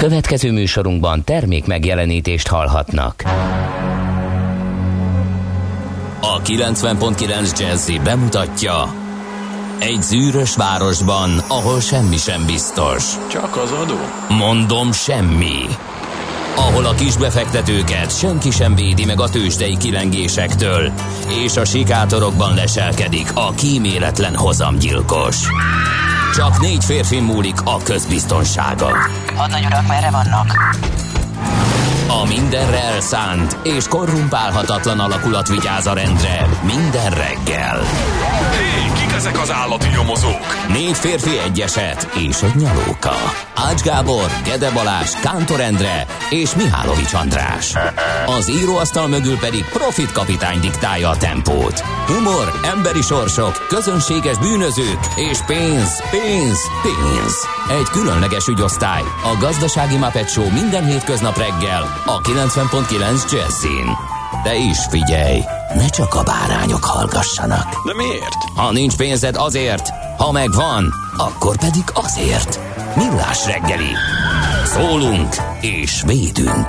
Következő műsorunkban termék megjelenítést hallhatnak. A 90.9 Jazzy bemutatja: egy zűrös városban, ahol semmi sem biztos. Csak az adó? Mondom, semmi. Ahol a kisbefektetőket senki sem védi meg a tőzsdei kilengésektől, és a sikátorokban leselkedik a kíméletlen hozamgyilkos. Csak 4 férfi múlik a közbiztonsága. Hadnagy urak, merre vannak? A mindenre elszánt és korrumpálhatatlan alakulat vigyáz a rendre minden reggel. Hé, kik ezek az állati nyomozók? 4 férfi, egy eset és egy nyalóka. Ács Gábor, Gede Balázs, Kántor Endre és Mihálovics András. Az íróasztal mögül pedig Profit kapitány diktálja a tempót. Humor, emberi sorsok, közönséges bűnözők és pénz, pénz, pénz. Egy különleges ügyosztály, a Gazdasági Muppet Show minden hétköznap reggel a 90.9 Jazzin. De is figyelj, ne csak a bárányok hallgassanak. De miért? Ha nincs pénzed, azért, ha megvan, akkor pedig azért. Millás reggeli. Szólunk és védünk.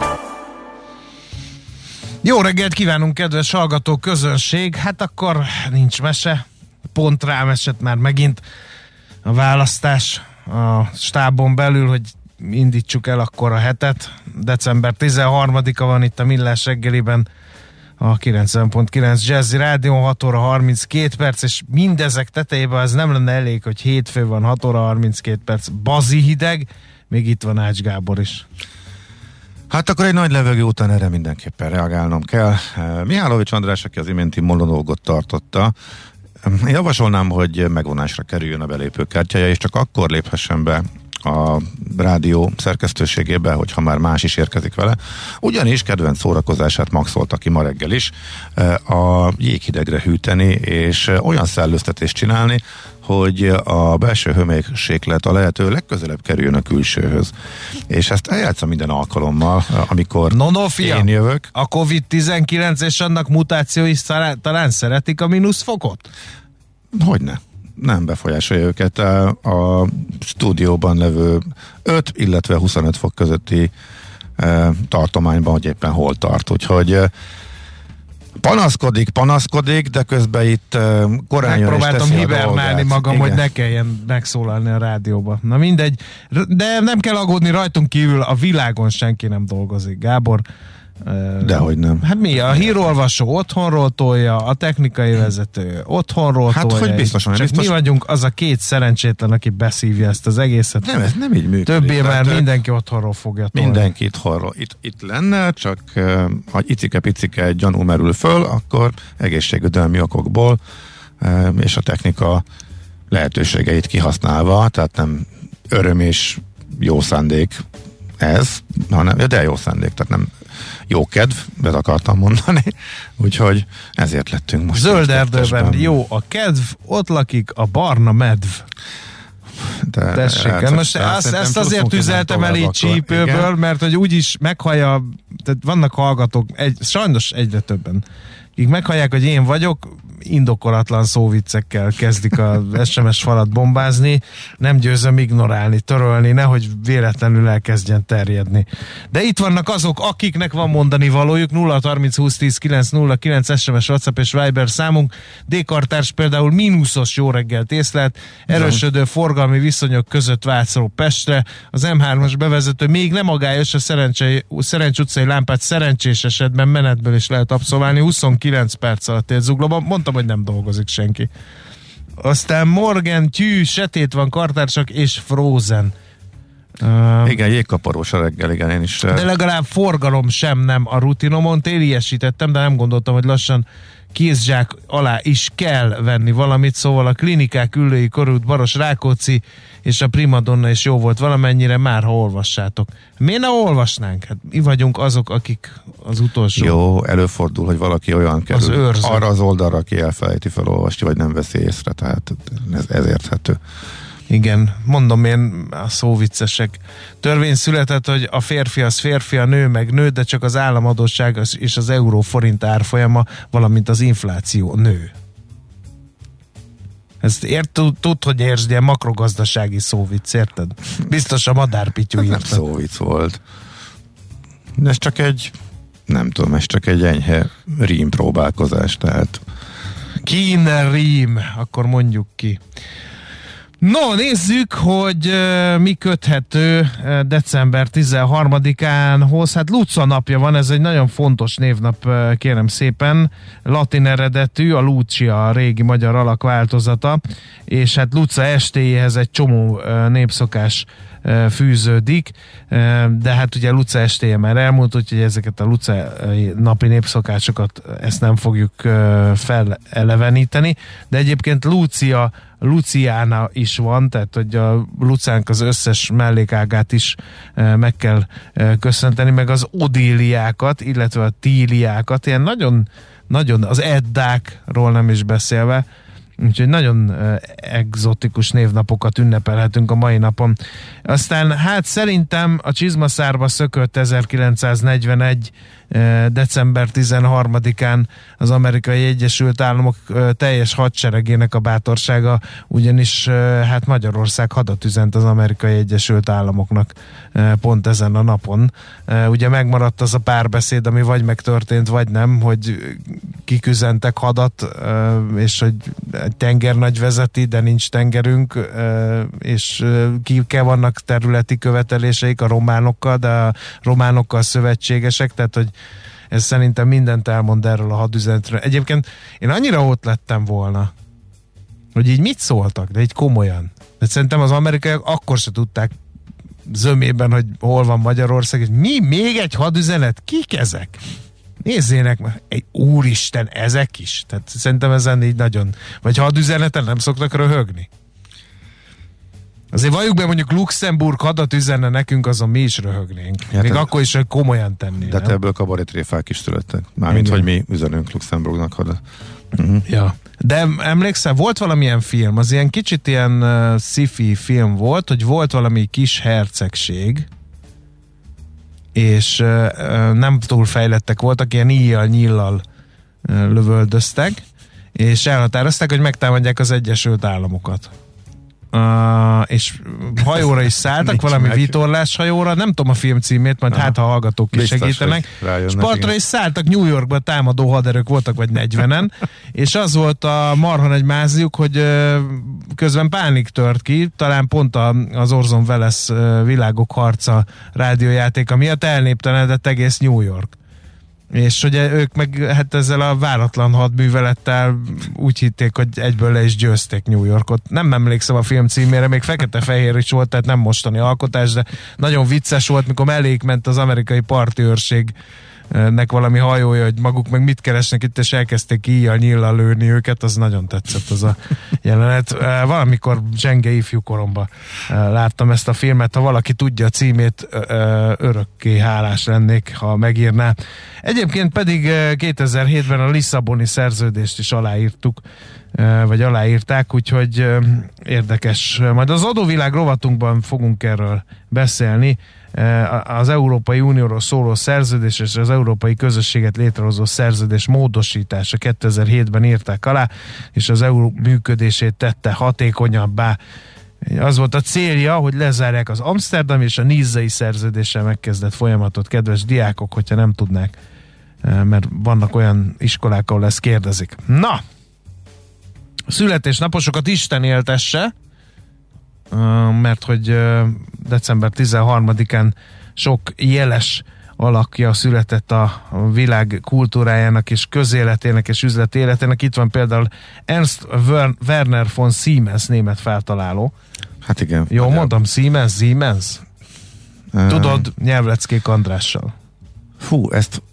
Jó reggelt kívánunk, kedves hallgató közönség! Hát akkor nincs mese, pont rám esett már megint a választás a stábon belül, hogy indítsuk el akkor a hetet. December 13-a van itt a Millás reggeliben, a 90.9 Jazzy Rádió, 6 óra 32 perc, és mindezek tetejében ez nem lenne elég, hogy hétfő van, 6 óra 32 perc, bazi hideg, még itt van Ács Gábor is. Hát akkor egy nagy levegő után erre mindenképpen reagálnom kell. Mihálovics András, aki az iménti monológot tartotta, javasolnám, hogy megvonásra kerüljön a belépőkártyája, és csak akkor léphessen be a rádió szerkesztőségébe, hogyha már más is érkezik vele. Ugyanis kedvenc szórakozását maxolta ki ma reggel is, a jéghidegre hűteni, és olyan szellőztetést csinálni, hogy a belső hőmérséklet a lehető legközelebb kerüljön a külsőhöz. És ezt eljátszom minden alkalommal, amikor én jövök. A Covid-19 és annak mutációi talán szeretik a mínuszfokot? Hogyne. Nem befolyásolja őket a stúdióban levő 5, illetve 25 fok közötti tartományban, hogy éppen hol tart. Úgyhogy panaszkodik, de közben itt korán jön és teszi a megpróbáltam hibernálni magam, igen, hogy ne kelljen megszólalni a rádióba. Na mindegy, de nem kell aggódni, rajtunk kívül a világon senki nem dolgozik. Gábor, dehogy nem. Hát mi? A hírolvasó otthonról tolja, a technikai vezető otthonról tolja. Hát hogy biztosan. Mi vagyunk az a 2 szerencsétlen, aki beszívja ezt az egészet. Nem, ez nem így működik. Többé már mindenki otthonról fogja tolni. Mindenki otthonról. Itt lenne, csak ha icike-picike egy gyanú merül föl, akkor egészségügyi okokból és a technika lehetőségeit kihasználva, tehát nem öröm és jó szándék ez, hanem, de jó szándék, tehát nem jó kedv, ezt akartam mondani, úgyhogy ezért lettünk most. Zöld erdőben jó a kedv, ott lakik a barna medv. Tessék, most ezt azért üzeltem el így csípőből, igen, mert hogy úgyis meghallja, tehát vannak hallgatók, sajnos egyre többen, akik meghallják, hogy én vagyok, indokolatlan szóviccekkel kezdik a SMS falat bombázni, nem győzöm ignorálni, törölni, nehogy véletlenül elkezdjen terjedni. De itt vannak azok, akiknek van mondani valójuk, 030 20 10 909 SMS, WhatsApp és Viber számunk. D-kartárs például mínuszos jó reggelt észlelt, erősödő forgalmi viszonyok között Vácról Pestre, az M3-as bevezető még nem agályos, a Szerencs utcai lámpát szerencsés esetben menetből is lehet abszolválni, 29 perc alatt ért Zuglóban. Mondtam, hogy nem dolgozik senki. Aztán Morgan, Tű, Setét van, kartársak és Frozen. Igen, jégkaparós a reggel, igen, én is. De legalább forgalom sem nem a rutinomon. Téliesítettem, de nem gondoltam, hogy lassan kézzsák alá is kell venni valamit, szóval a Klinikák, Üllői Körút, Baros, Rákóczi és a Primadonna is jó volt valamennyire, már ha olvassátok. Miért ne olvasnánk? Hát mi vagyunk azok, akik az utolsó. Jó, előfordul, hogy valaki olyan kerül az arra az oldalra, aki elfelejti felolvasni, vagy nem veszi észre, tehát ez érthető. Igen, mondom én, a szóviccesek. Törvény született, hogy a férfi az férfi, a nő meg nő, de csak az államadósság és az euró-forint árfolyama, valamint az infláció nő. Ezt tud, hogy értsd, ilyen makrogazdasági szóvic, érted? Biztos a madárpityú írta. Nem szóvic volt. Ez csak egy, nem tudom, ez csak egy enyhe rím próbálkozás, tehát. Kín rím, akkor mondjuk ki. No, nézzük, hogy mi köthető december 13-ánhoz. Hát Luca napja van, ez egy nagyon fontos névnap, kérem szépen. Latin eredetű, a Lucia, a régi magyar alakváltozata, és hát Luca estéjéhez egy csomó népszokás fűződik, de hát ugye Luca estéje már elmúlt, úgyhogy ezeket a Luca napi népszokásokat ezt nem fogjuk feleleveníteni, de egyébként Luciana is van, tehát hogy a Lucánk az összes mellékágát is meg kell köszönteni, meg az Odíliákat, illetve a Tíliákat, ilyen nagyon az Eddákról nem is beszélve, úgyhogy nagyon egzotikus névnapokat ünnepelhetünk a mai napon. Aztán hát szerintem a csizmaszárba szökött 1941. december 13-án az Amerikai Egyesült Államok teljes hadseregének a bátorsága, ugyanis hát Magyarország hadat üzent az Amerikai Egyesült Államoknak pont ezen a napon. Ugye megmaradt az a párbeszéd, ami vagy megtörtént, vagy nem, hogy kik üzentek hadat, és hogy egy tengernagy vezeti, de nincs tengerünk, és kikkel vannak területi követeléseik a románokkal, de a románokkal szövetségesek, tehát hogy ez szerintem mindent elmond erről a hadüzenetről. Egyébként én annyira ott lettem volna, hogy így mit szóltak, de így komolyan. De szerintem az amerikaiak akkor se tudták zömében, hogy hol van Magyarország, és mi? Még egy hadüzenet? Kik ezek? Nézzének már, úristen, ezek is. Tehát szerintem ezen így nagyon, vagy hadüzeneten nem szoktak röhögni. Azért valljuk be, mondjuk Luxemburg hadat üzenne nekünk, azon mi is röhögnénk. Hát még akkor is, hogy komolyan tenni. De ebből kabarétréfák is születtek. Mármint, hogy mi üzenünk Luxemburgnak hadat. Ja. De emlékszel, volt valamilyen film, az ilyen kicsit ilyen sci-fi film volt, hogy volt valami kis hercegség, és nem túl fejlettek voltak, ilyen íjjal-nyíllal lövöldöztek, és elhatározták, hogy megtámadják az Egyesült Államokat. És hajóra is szálltak, valami vitorlás hajóra, nem tudom a film címét, majd hát ha hallgatók is segítenek, és partra is szálltak, New Yorkba támadó haderők voltak, vagy 40-en, és az volt a marha nagy máziuk, hogy közben pánik tört ki, talán pont az Orson Welles Világok harca rádiójátéka miatt elnéptelenedett egész New York. És ugye ők meg hát ezzel a váratlan hadművelettel úgy hitték, hogy egyből le is győzték New Yorkot. Nem emlékszem a film címére, még fekete-fehér is volt, tehát nem mostani alkotás, de nagyon vicces volt, mikor mellék ment az amerikai parti őrségnek valami hajója, hogy maguk meg mit keresnek itt, és elkezdték íjjal-nyíllal lőni őket, az nagyon tetszett az a jelenet. Valamikor zsenge ifjú koromban láttam ezt a filmet, ha valaki tudja a címét, örökké hálás lennék, ha megírná. Egyébként pedig 2007-ben a Lisszaboni szerződést is aláírtuk, vagy aláírták, úgyhogy érdekes. Majd az adóvilág rovatunkban fogunk erről beszélni. Az Európai Unióról szóló szerződés és az Európai Közösséget létrehozó szerződés módosítása 2007-ben írták alá, és az EU működését tette hatékonyabbá. Az volt a célja, hogy lezárják az Amsterdam és a Nizzai szerződéssel megkezdett folyamatot, kedves diákok, hogyha nem tudnák, mert vannak olyan iskolák, ahol ezt kérdezik. Na! Születésnaposokat Isten éltesse, mert hogy december 13-án sok jeles alakja született a világ kultúrájának és közéletének és üzleti életének. Itt van például Ernst Werner von Siemens, német feltaláló. Hát igen. Jó mondom, Siemens? Tudod, Nyelvleckék Andrással. Fú, ezt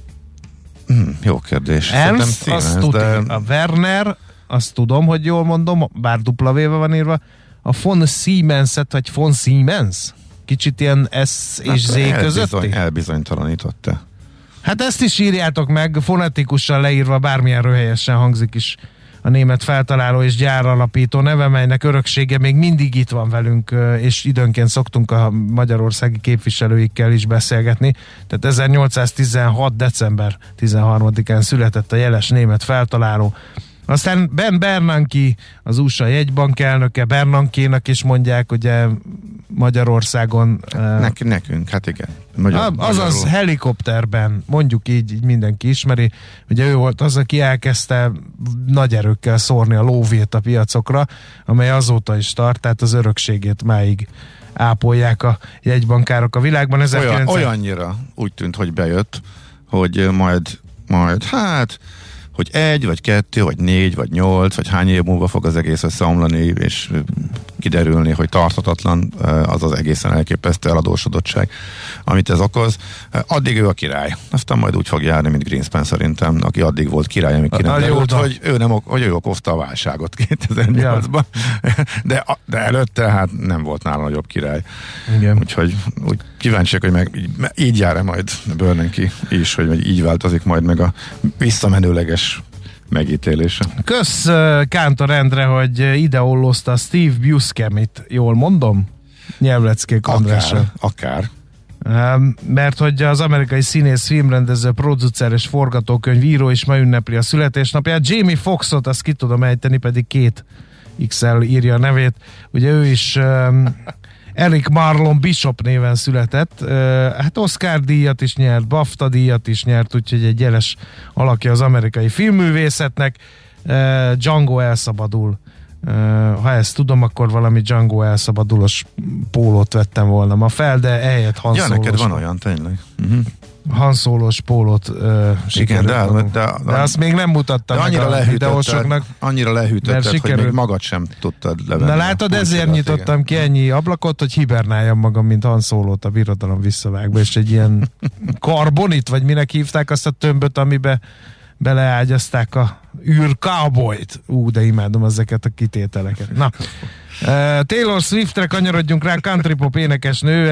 jó kérdés. Ernst, azt tudja. A Werner, azt tudom, hogy jól mondom, bár dupla véve van írva. A von Siemenset, vagy von Siemens? Kicsit ilyen S és Z közötti? Elbizonytalanította. Hát ezt is írjátok meg, fonetikusan leírva, bármilyen röhelyesen hangzik is a német feltaláló és gyáralapító neve, melynek öröksége még mindig itt van velünk, és időnként szoktunk a magyarországi képviselőikkel is beszélgetni. Tehát 1816. december 13-án született a jeles német feltaláló, Aztán Ben Bernanke, az USA jegybank elnöke, Bernankénak is mondják, ugye Magyarországon. Nekünk, hát igen. Azaz helikopterben, mondjuk így mindenki ismeri, ugye ő volt az, aki elkezdte nagy erőkkel szórni a lóvét a piacokra, amely azóta is tart, tehát az örökségét máig ápolják a jegybankárok a világban. Olyannyira úgy tűnt, hogy bejött, hogy majd hát hogy 1, vagy 2, vagy 4, vagy 8, vagy hány év múlva fog az egész összeomlani, és kiderülni, hogy tarthatatlan az az egészen elképesztő eladósodottság, amit ez okoz. Addig ő a király. Aztán majd úgy fog járni, mint Greenspan szerintem, aki addig volt király, amíg kiderült, hogy ő okozta a válságot 2008-ban. De előtte hát nem volt nála nagyobb király. Igen. Úgyhogy kíváncsiak, hogy így jár-e majd Bernanke is, hogy így változik majd meg a visszamenőleges megítélése. Kösz Kántor Endre, hogy ide ollozta Steve Buscemit, jól mondom? Nyelvleckék Andrással. Akár. Mert hogy az amerikai színész, filmrendező, producer és forgatókönyvíró is ma ünnepli a születésnapját. Jamie Foxxot, azt ki tudom ejteni, pedig 2 X-el írja a nevét. Ugye ő is Eric Marlon Bishop néven született. Hát Oscar díjat is nyert, BAFTA díjat is nyert, úgyhogy egy jeles alakja az amerikai filmművészetnek. Django elszabadul. Ha ezt tudom, akkor valami Django elszabadulós pólót vettem volna ma fel, de ehelyett Han Solo-s. Ja, neked van olyan, tényleg. Han Solo-s pólót sikerült. De azt még nem mutattam meg a videósoknak. Annyira lehűtötted, hogy még magad sem tudtad levenni. Na látod, ezért nyitottam ki ennyi ablakot, hogy hibernáljam magam, mint Han Solo-t a Birodalom visszavágba, és egy ilyen karbonit, vagy minek hívták azt a tömböt, amibe beleágyazták a űr-cowboyt. De imádom ezeket a kitételeket. Na, Taylor Swiftre kanyarodjunk rá, country pop énekesnő,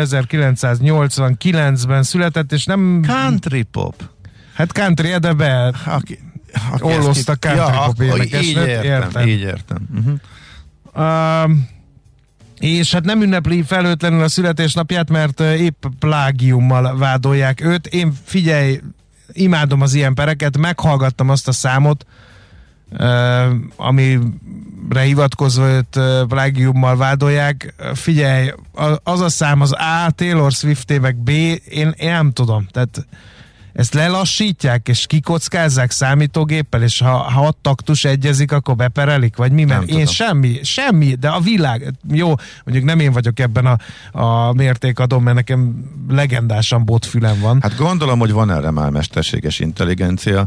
1989-ben született, és nem... Country pop? Hát country, de be ollozta country pop énekesnőt. Így értem. És hát nem ünnepli felőtlenül a születésnapját, mert épp plágiummal vádolják őt. Én figyelj, imádom az ilyen pereket, meghallgattam azt a számot, amire hivatkozva őt plágiummal vádolják. Figyelj, az a szám az A, Taylor Swifté meg B, én nem tudom, tehát ezt lelassítják és kikockázzák számítógéppel, és ha 6 taktus egyezik, akkor beperelik, vagy mi? Mert én semmi, de a világ, jó, mondjuk nem én vagyok ebben a mértékadom, mert nekem legendásan botfülem van. Hát gondolom, hogy van erre már mesterséges intelligencia,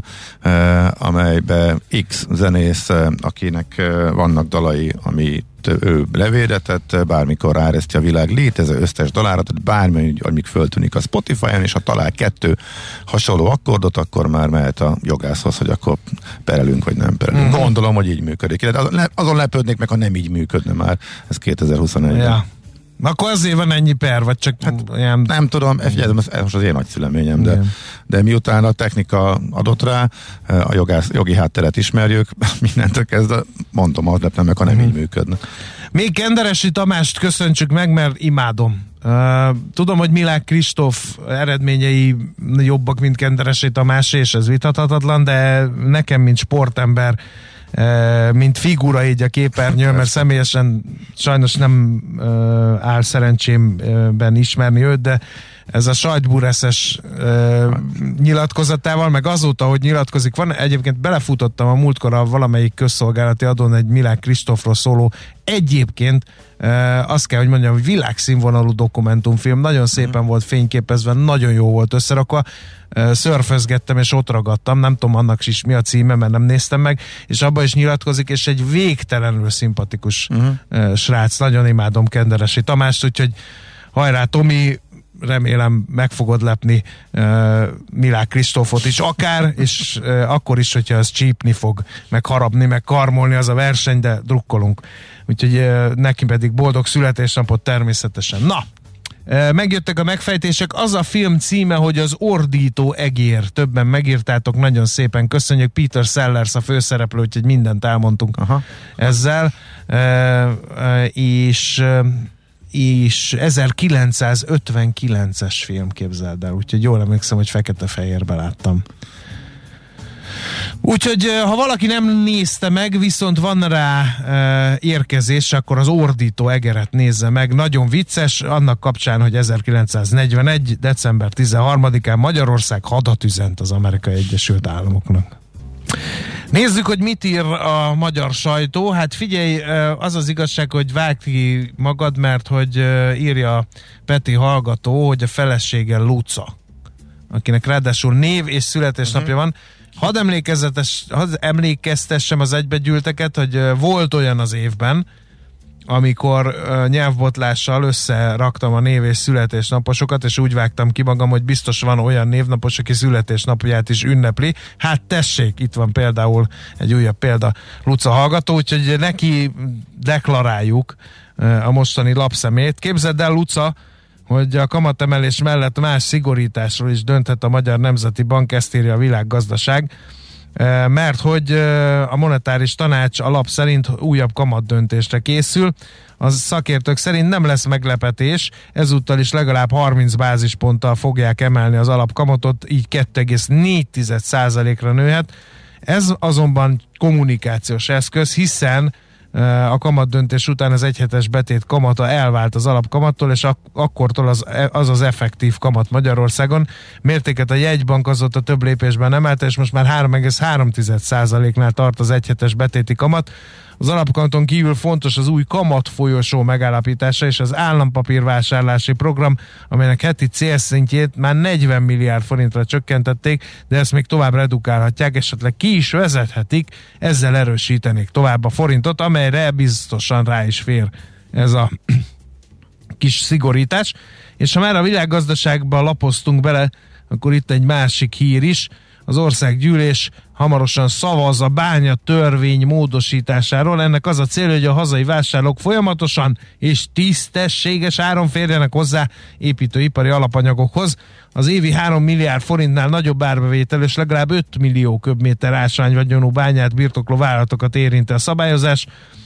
amelybe X zenész, akinek vannak dalai, amit ő levédetett, bármikor ráereszti a világ létező összes dalára, tehát bármi, amíg föltűnik a Spotify-on, és ha talál 2 hasonló akkordot, akkor már mehet a jogászhoz, hogy akkor perelünk, vagy nem perelünk. Gondolom, hogy így működik. Azon lepődnék meg, ha nem így működne már. Ez 2021. Ja. Akkor azért van ennyi per, vagy csak ilyen... Nem tudom, ez most az én nagy szüleményem, de miután a technika adott rá, a jogi hátteret ismerjük, mindentől kezdve mondom, az lepne meg, ha nem így működne. Még Kenderesi Tamást köszöntsük meg, mert imádom. Tudom, hogy Milák Kristóf eredményei jobbak, mint Kenderesi Tamás, és ez vitathatatlan, de nekem, mint sportember, mint figura így a képernyőn, mert személyesen sajnos nem áll szerencsémben ismerni őt, de ez a sajtbureszes nyilatkozatával, meg azóta, hogy nyilatkozik, van, egyébként belefutottam a múltkor a valamelyik közszolgálati adón egy Milák Kristófról szóló, egyébként azt kell, hogy mondjam, hogy világszínvonalú dokumentumfilm, nagyon szépen volt fényképezve, nagyon jó volt összerakva, szörfözgettem és ott ragadtam, nem tudom annak is mi a címe, mert nem néztem meg, és abban is nyilatkozik, és egy végtelenül szimpatikus srác, nagyon imádom Kenderesi Tamást, úgyhogy hajrá Tomi, remélem meg fogod lepni Milák Kristófot is akár, és akkor is, hogyha az csípni fog, meg harapni, meg karmolni az a verseny, de drukkolunk. Úgyhogy neki pedig boldog születésnapot természetesen. Na, megjöttek a megfejtések, az a film címe, hogy Az ordító egér. Többen megírtátok, nagyon szépen köszönjük. Peter Sellers a főszereplő, úgyhogy mindent elmondtunk ezzel. És 1959-es film, képzeld el, úgyhogy jól emlékszem, hogy fekete-fehérbe láttam. Úgyhogy ha valaki nem nézte meg, viszont van rá érkezés, akkor az Ordító egeret nézze meg. Nagyon vicces, annak kapcsán, hogy 1941. december 13-án Magyarország hadat üzent az Amerikai Egyesült Államoknak. Nézzük, hogy mit ír a magyar sajtó. Hát figyelj, az az igazság, hogy vágd ki magad, mert hogy írja Peti hallgató, hogy a felesége Luca, akinek ráadásul név és születésnapja van. Hadd emlékeztessem az egybegyűlteket, hogy volt olyan az évben, amikor nyelvbotlással összeraktam a név és születésnaposokat, és úgy vágtam ki magam, hogy biztos van olyan névnapos, aki születésnapját is ünnepli. Hát tessék, itt van például egy újabb példa, Luca hallgató, úgyhogy neki deklaráljuk a mostani lapszemét. Képzeld el, Luca, hogy a kamatemelés mellett más szigorításról is dönthet a Magyar Nemzeti Bank, ezt írja a Világgazdaság, mert hogy a monetáris tanács alap szerint újabb kamatdöntésre készül. A szakértők szerint nem lesz meglepetés, ezúttal is legalább 30 bázisponttal fogják emelni az alapkamatot, így 2,4%-ra nőhet. Ez azonban kommunikációs eszköz, hiszen a kamatdöntés után az egyhetes betét kamata elvált az alapkamattól, és akkortól az effektív kamat Magyarországon. Mértéket a jegybank azóta több lépésben emelte, és most már 3,3%-nál tart az egyhetes betéti kamat. Az alapkamaton kívül fontos az új kamatfolyosó megállapítása és az állampapírvásárlási program, amelynek heti célszintjét már 40 milliárd forintra csökkentették, de ezt még tovább redukálhatják, esetleg ki is vezethetik, ezzel erősítenék tovább a forintot, amelyre biztosan rá is fér ez a kis szigorítás. És ha már a Világgazdaságban lapoztunk bele, akkor itt egy másik hír is. Az országgyűlés hamarosan szavaz a bánya törvény módosításáról. Ennek az a cél, hogy a hazai vásárlók folyamatosan és tisztességes áron férjenek hozzá építőipari alapanyagokhoz. Az évi 3 milliárd forintnál nagyobb árbevétel és legalább 5 millió köbméter ásványvagyonú bányát birtokló vállalatokat érinti a szabályozás.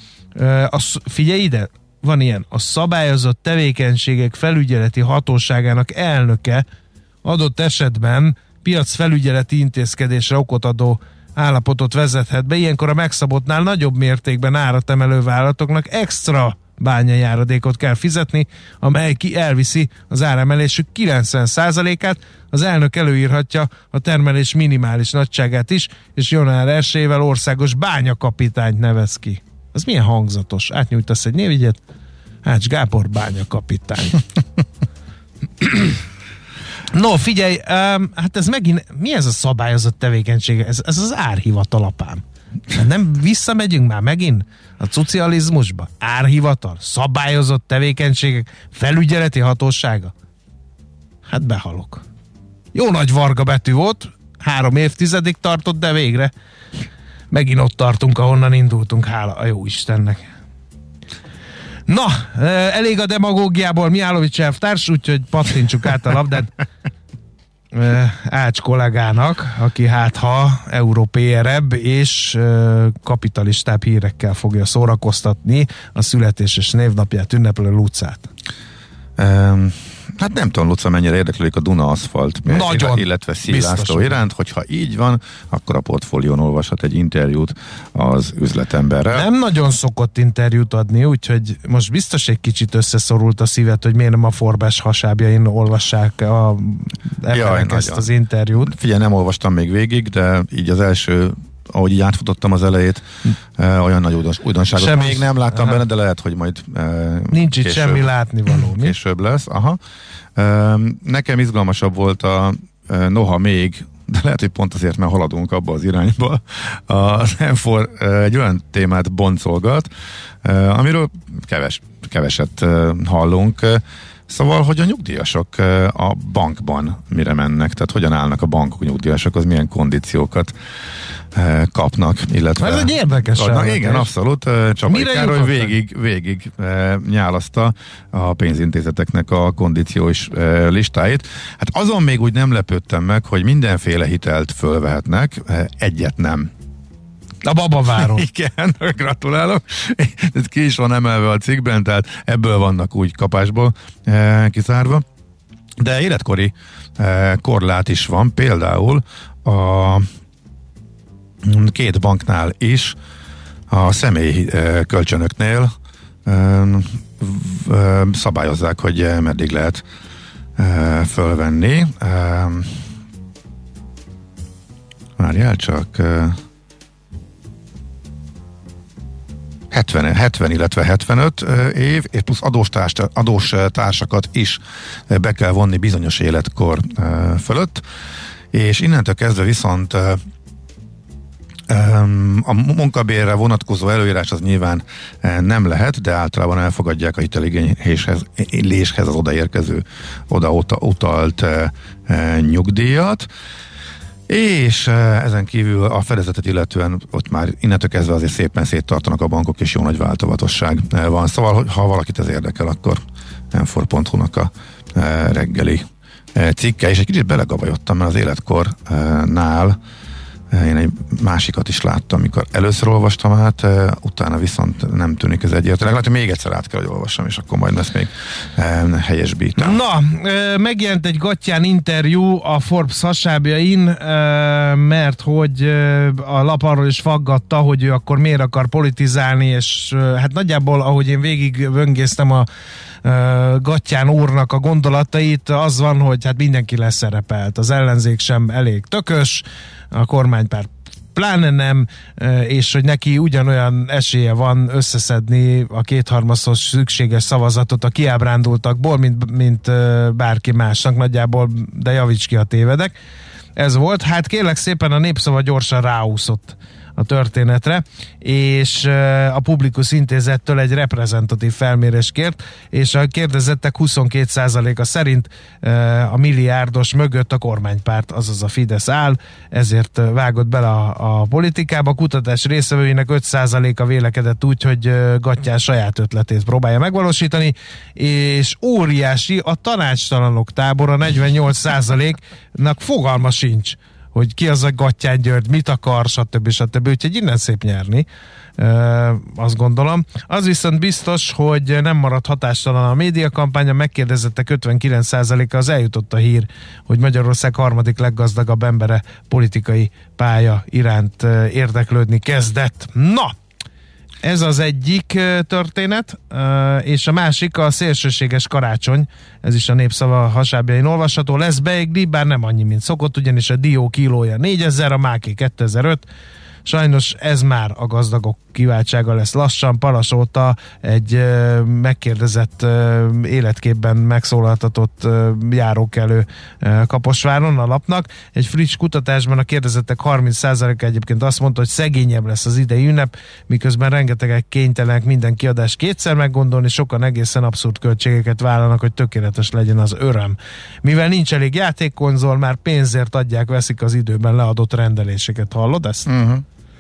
Figyelj ide! Van ilyen, a szabályozott tevékenységek felügyeleti hatóságának elnöke adott esetben piacfelügyeleti intézkedésre okot adó állapotot vezethet be. Ilyenkor a megszabottnál nagyobb mértékben árat emelő vállalatoknak extra bányajáradékot kell fizetni, amely elviszi az áremelésük 90%-át. Az elnök előírhatja a termelés minimális nagyságát is, és január 1-ével országos bányakapitányt nevez ki. Az milyen hangzatos? Átnyújtasz egy névjegyet? Ács Gábor bányakapitány. No, figyelj, hát ez megint, mi ez a szabályozott tevékenység? Ez az árhivatal, apám. Nem visszamegyünk már megint a szocializmusba? Árhivatal, szabályozott tevékenységek, felügyeleti hatósága. Hát behalok. Jó nagy varga betű volt, 3 évtizedig tartott, de végre megint ott tartunk, ahonnan indultunk, hála a jó Istennek. Na, elég a demagógiából, Mihálovics elvtárs, úgyhogy pattintsuk át a labdát Ács kollégának, aki hát ha európérebb és kapitalistább hírekkel fogja szórakoztatni a születés és névnapját ünneplő Lucát. Hát nem tudom, Luca, mennyire érdeklődik a Duna aszfalt, illetve Szillászló iránt, hogyha így van, akkor a Portfólión olvashat egy interjút az üzletemberrel. Nem nagyon szokott interjút adni, úgyhogy most biztos egy kicsit összeszorult a szívet, hogy miért nem a Forbes hasábjain olvassák ezt az interjút. Figyelj, nem olvastam még végig, de így az első, ahogy így átfutottam az elejét, olyan nagy újdonságot még nem láttam benne, de lehet, hogy majd nincs itt semmi látnivaló. Később lesz. Aha. Nekem izgalmasabb volt noha még, de lehet, hogy pont azért, mert haladunk abba az irányba. Az M4 egy olyan témát boncolgat, amiről keveset hallunk. Szóval, hogy a nyugdíjasok a bankban mire mennek, tehát hogyan állnak a bankok, nyugdíjasok, az milyen kondíciókat kapnak, illetve... Ez egy érdekes adnak. Igen, abszolút. Csapai Károly végig nyálaszta a pénzintézeteknek a kondíciós listáit. Hát azon még úgy nem lepődtem meg, hogy mindenféle hitelt fölvehetnek, egyet nem. A babaváron. Igen, gratulálok. Ez ki is van emelve a cikkben, tehát ebből vannak úgy kapásból kiszárva. De életkori korlát is van, például két banknál is, a személyi kölcsönöknél szabályozzák, hogy meddig lehet fölvenni. Várjál csak 70, illetve 75 év, és plusz adós társakat is be kell vonni bizonyos életkor fölött, és innentől kezdve viszont a munkabérre vonatkozó előírás az nyilván nem lehet, de általában elfogadják a hiteligényléshez az odaérkező, utalt nyugdíjat, és ezen kívül a fedezetet illetően ott már innentől kezdve azért szépen széttartanak a bankok, és jó nagy változatosság van. Szóval, ha valakit ez érdekel, akkor m4.hu-nak a reggeli cikke, és egy kicsit belegabajodtam, mert az életkornál én egy másikat is láttam, amikor először olvastam át, utána viszont nem tűnik ez egyértelmű. Lehet, hogy még egyszer át kell, hogy olvassam, és akkor majd lesz még helyesbítem. Na, megjelent egy Gattyán interjú a Forbes hasábjain, mert hogy a lap arról is faggatta, hogy ő akkor miért akar politizálni, és hát nagyjából, ahogy én végig vöngésztem a Gattyán úrnak a gondolatait, az van, hogy hát mindenki leszerepelt. Az ellenzék sem elég tökös, a kormánypárt pláne nem, és hogy neki ugyanolyan esélye van összeszedni a kétharmados szükséges szavazatot a kiábrándultakból, mint bárki másnak nagyjából, de javíts ki, ha tévedek. Ez volt. Hát kérlek szépen, a Népszava gyorsan ráúszott a történetre, és a Publikus Intézettől egy reprezentatív felmérést kért, és a kérdezettek 22%-a szerint a milliárdos mögött a kormánypárt, azaz a Fidesz áll, ezért vágott bele a politikába. A kutatás résztvevőinek 5%-a vélekedett úgy, hogy Gattyán saját ötletét próbálja megvalósítani, és óriási a tanácstalanok tábora, 48%-nak fogalma sincs, hogy ki az a Gattyán György, mit akar, stb. Úgyhogy innen szép nyerni, azt gondolom. Az viszont biztos, hogy nem maradt hatástalan a médiakampánya, megkérdezettek 59%-a az eljutott a hír, hogy Magyarország harmadik leggazdagabb embere politikai pálya iránt érdeklődni kezdett. Na! Ez az egyik történet, és a másik a szélsőséges karácsony, ez is a Népszava hasábjain olvasható, lesz beigli, bár nem annyi, mint szokott, ugyanis a dió kilója 4000, a máké 2005, sajnos ez már a gazdagok kiváltsága lesz lassan. Palas óta egy megkérdezett életképben megszólaltatott járókelő Kaposváron a lapnak. Egy friss kutatásban a kérdezettek 30%-a egyébként azt mondta, hogy szegényebb lesz az idei ünnep, miközben rengetegek kénytelenek minden kiadást kétszer meggondolni, sokan egészen abszurd költségeket vállalnak, hogy tökéletes legyen az öröm. Mivel nincs elég játékkonzol, már pénzért veszik az időben leadott rendeléseket. Hallod ezt? Uh-huh.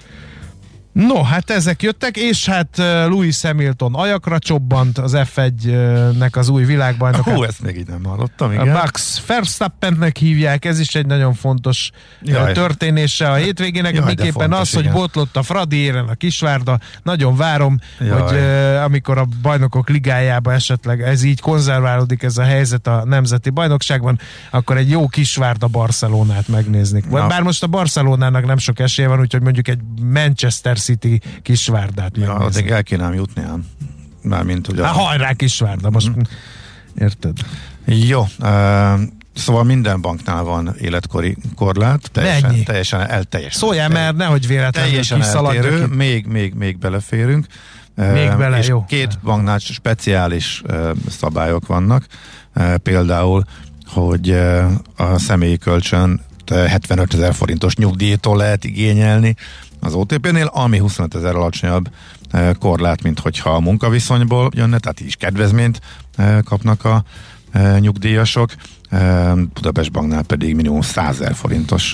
No, hát ezek jöttek, és hát Lewis Hamilton ajakra csobbant, az F1-nek az új világbajnokát. Hú, ezt még így nem hallottam, igen. A Max Verstappennek hívják, ez is egy nagyon fontos történése a hétvégének, miképpen az, igen, hogy botlott a Fradi éren a Kisvárda. Nagyon várom, hogy amikor a bajnokok ligájában esetleg ez így konzerválódik ez a helyzet a nemzeti bajnokságban, akkor egy jó Kisvárda Barcelonát megnéznék. Bár most a Barcelonának nem sok esélye van, úgyhogy mondjuk egy Manchester City Kisvárdát megnézni. Addig el kéne jutni ám. Mármint ugye... hajrá Kisvárda, most érted? Jó, szóval minden banknál van életkori korlát. Teljesen elteljes. Szóljál, mert nehogy véletlenül kiszaladjak. Még beleférünk. Még bele, és jó. Két banknál speciális szabályok vannak. Például, hogy a személyi kölcsön 75 000 forintos nyugdíjtól lehet igényelni az OTP-nél, ami 25 000 alacsonyabb korlát, mint hogyha a munkaviszonyból jönne, tehát így is kedvezményt kapnak a nyugdíjasok. Budapest Banknál pedig minimum 100 000 forintos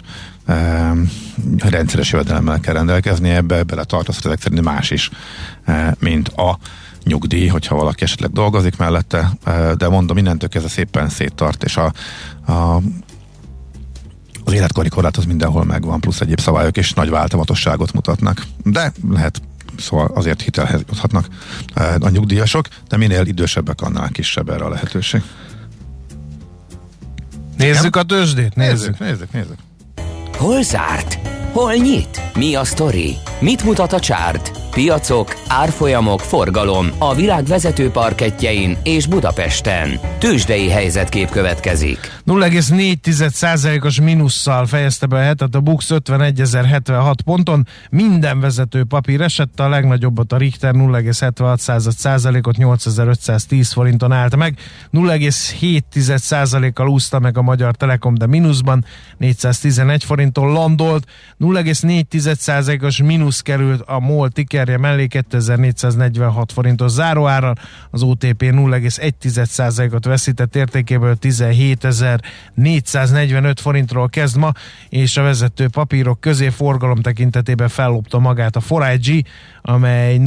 rendszeres jövedelemmel kell rendelkezni, ebbe beletartozik ezek szerint más is, mint a nyugdíj, hogyha valaki esetleg dolgozik mellette, de mondom, innentől kezdve szépen széttart, és az életkori korlát az mindenhol megvan, plusz egyéb szabályok és nagy változatosságot mutatnak. De lehet, szóval azért hitelhez juthatnak a nyugdíjasok, de minél idősebbek, annál kisebb erre a lehetőség. Nézzük a tőzsdét? Nézzük. Hol zárt? Hol nyit? Mi a sztori? Mit mutat a csárt? Piacok, árfolyamok, forgalom a világ vezető parkettjein és Budapesten. Tőzsdei helyzetkép következik. 0,4%-os mínusszal fejezte be a hetet a BUX 51.076 ponton. Minden vezető papír esett, a legnagyobbat a Richter 0,76%-ot 8.510 forinton állt meg. 0,7%-kal úszta meg a Magyar Telekom, de mínuszban 411 forinton landolt. 0,4%-os mínusz került a MOL tikerje mellé 2446 forintos záróárral, az OTP 0,1%-ot veszített értékéből 17.445 forintról kezd ma, és a vezető papírok közé forgalom tekintetében fellopta magát a 4IG, amely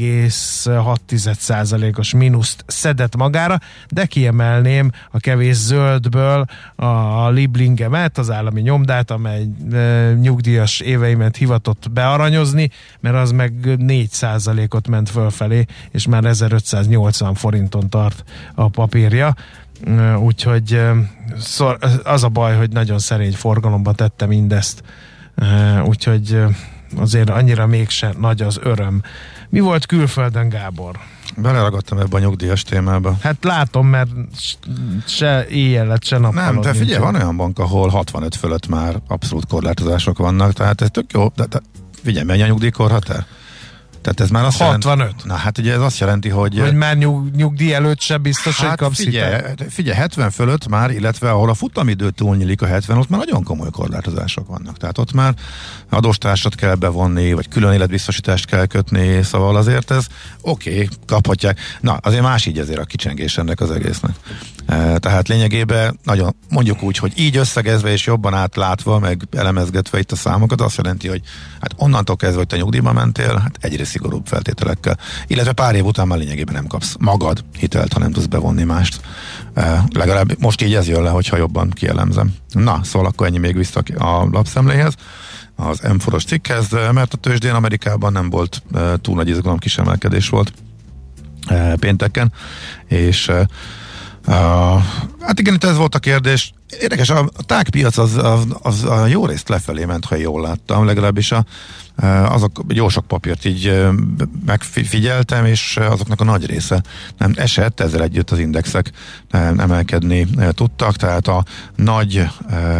0,6%-os mínuszt szedett magára, de kiemelném a kevés zöldből a Liblingemet, az állami nyomdát, amely nyugdíjas éveimet hivatott bearanyozni, mert az meg 4%-ot ment fölfelé, és már 1580 forinton tart a papírja. Úgyhogy az a baj, hogy nagyon szerény forgalomba tette mindezt. Úgyhogy azért annyira mégse nagy az öröm. Mi volt külföldön, Gábor? Beleragadtam ebbe a nyugdíjas témába. Hát látom, mert se éjjellet, se nappalod. Nem, de figyelj, van olyan bank, ahol 65 fölött már abszolút korlátozások vannak, tehát ez tök jó, de figyelj, mennyi a nyugdíjkorhatár? Tehát ez már azt 65. Jelenti, na hát ugye ez azt jelenti, hogy már nyugdíj előtt se biztos, hogy kapsz figyelj, 70 fölött már, illetve ahol a futamidő túlnyílik a 70, ott már nagyon komoly korlátozások vannak. Tehát ott már adóstársat kell bevonni, vagy külön életbiztosítást kell kötni, szóval azért ez oké, kaphatják. Na, azért más így ezért a kicsengés ennek az egésznek. Tehát lényegében nagyon, mondjuk úgy, hogy így összegezve és jobban átlátva, meg elemezgetve itt a számokat, azt jelenti, hogy hát onnantól kezdve, hogy te nyugdíjba mentél, hát egyre szigorúbb feltételekkel. Illetve pár év után már lényegében nem kapsz magad hitelt, ha nem tudsz bevonni mást. Legalább most így ez jön le, hogyha jobban kielemzem. Na, szóval akkor ennyi még vissza a lapszemléhez, az M4-os cikkhez, mert a tőzsdén Amerikában nem volt túl nagy izgalom, kis emelkedés volt pénteken, és hát igen, itt ez volt a kérdés. Érdekes, a tágpiac az a jó részt lefelé ment, ha jól láttam, legalábbis azok jó sok papírt így megfigyeltem, és azoknak a nagy része nem esett, ezzel együtt az indexek emelkedni tudtak, tehát a nagy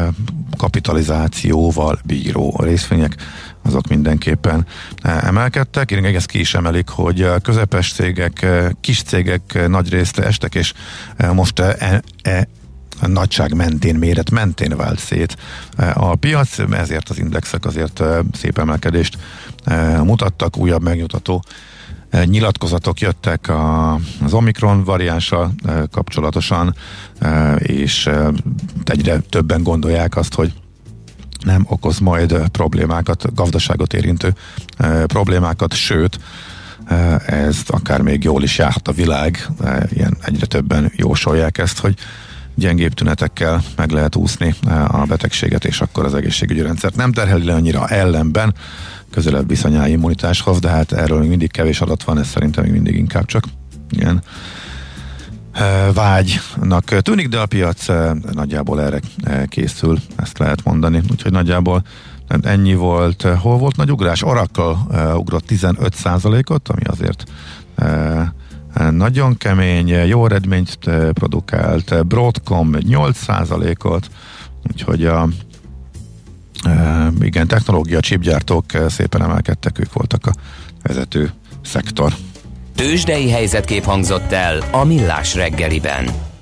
kapitalizációval bíró részvények azok mindenképpen emelkedtek. Én ezt ki is emelik, hogy közepes cégek, kis cégek nagy részt estek, és most nagyság mentén, méret mentén vált szét a piac, ezért az indexek azért szép emelkedést mutattak, újabb megnyugtató nyilatkozatok jöttek az Omikron variánssal kapcsolatosan, és egyre többen gondolják azt, hogy nem okoz majd problémákat, gazdaságot érintő problémákat, sőt, ez akár még jól is járhat a világ, ilyen egyre többen jósolják ezt, hogy gyengébb tünetekkel meg lehet úszni a betegséget, és akkor az egészségügyi rendszert nem terheli le annyira, ellenben közelebb viszonyál immunitáshoz, de hát erről még mindig kevés adat van, ez szerintem még mindig inkább csak ilyen vágynak tűnik, de a piac nagyjából erre készül, ezt lehet mondani, úgyhogy nagyjából ennyi volt. Hol volt nagy ugrás? Oracle ugrott 15%-ot, ami azért nagyon kemény, jó eredményt produkált, Broadcom 8%-ot, úgyhogy igen, technológia, chipgyártók szépen emelkedtek, ők voltak a vezető szektor. Tőzsdei helyzetkép hangzott el a Millás reggeliben.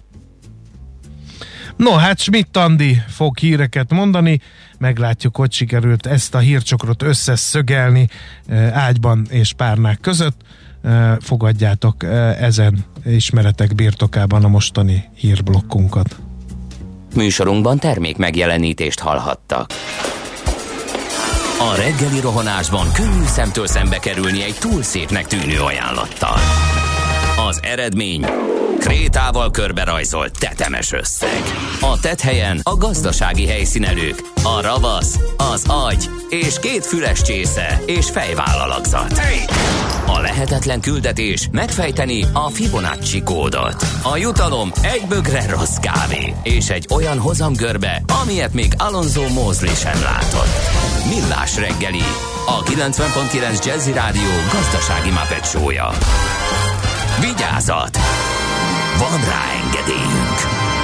No, hát Schmidt Andi fog híreket mondani, meglátjuk, hogy sikerült ezt a hírcsokrot összeszögelni ágyban és párnák között. Fogadjátok ezen ismeretek birtokában a mostani hírblokkunkat. Műsorunkban termék megjelenítést hallhattak. A reggeli rohanásban könnyű szemtől szembe kerülni egy túl szépnek tűnő ajánlattal. Az eredmény krétával körberajzolt tetemes összeg. A tetthelyen a gazdasági helyszínelők, a ravasz, az agy és 2 füles csésze és fejvállalakzat. A lehetetlen küldetés megfejteni a Fibonacci kódot. A jutalom egy bögre rossz kávé és egy olyan hozamgörbe, amilyet még Alonso Mosley sem látott. Millás reggeli, a 90.9 Jazzy Rádió gazdasági Muppet show-ja. Vigyázat! Van rá engedélyünk!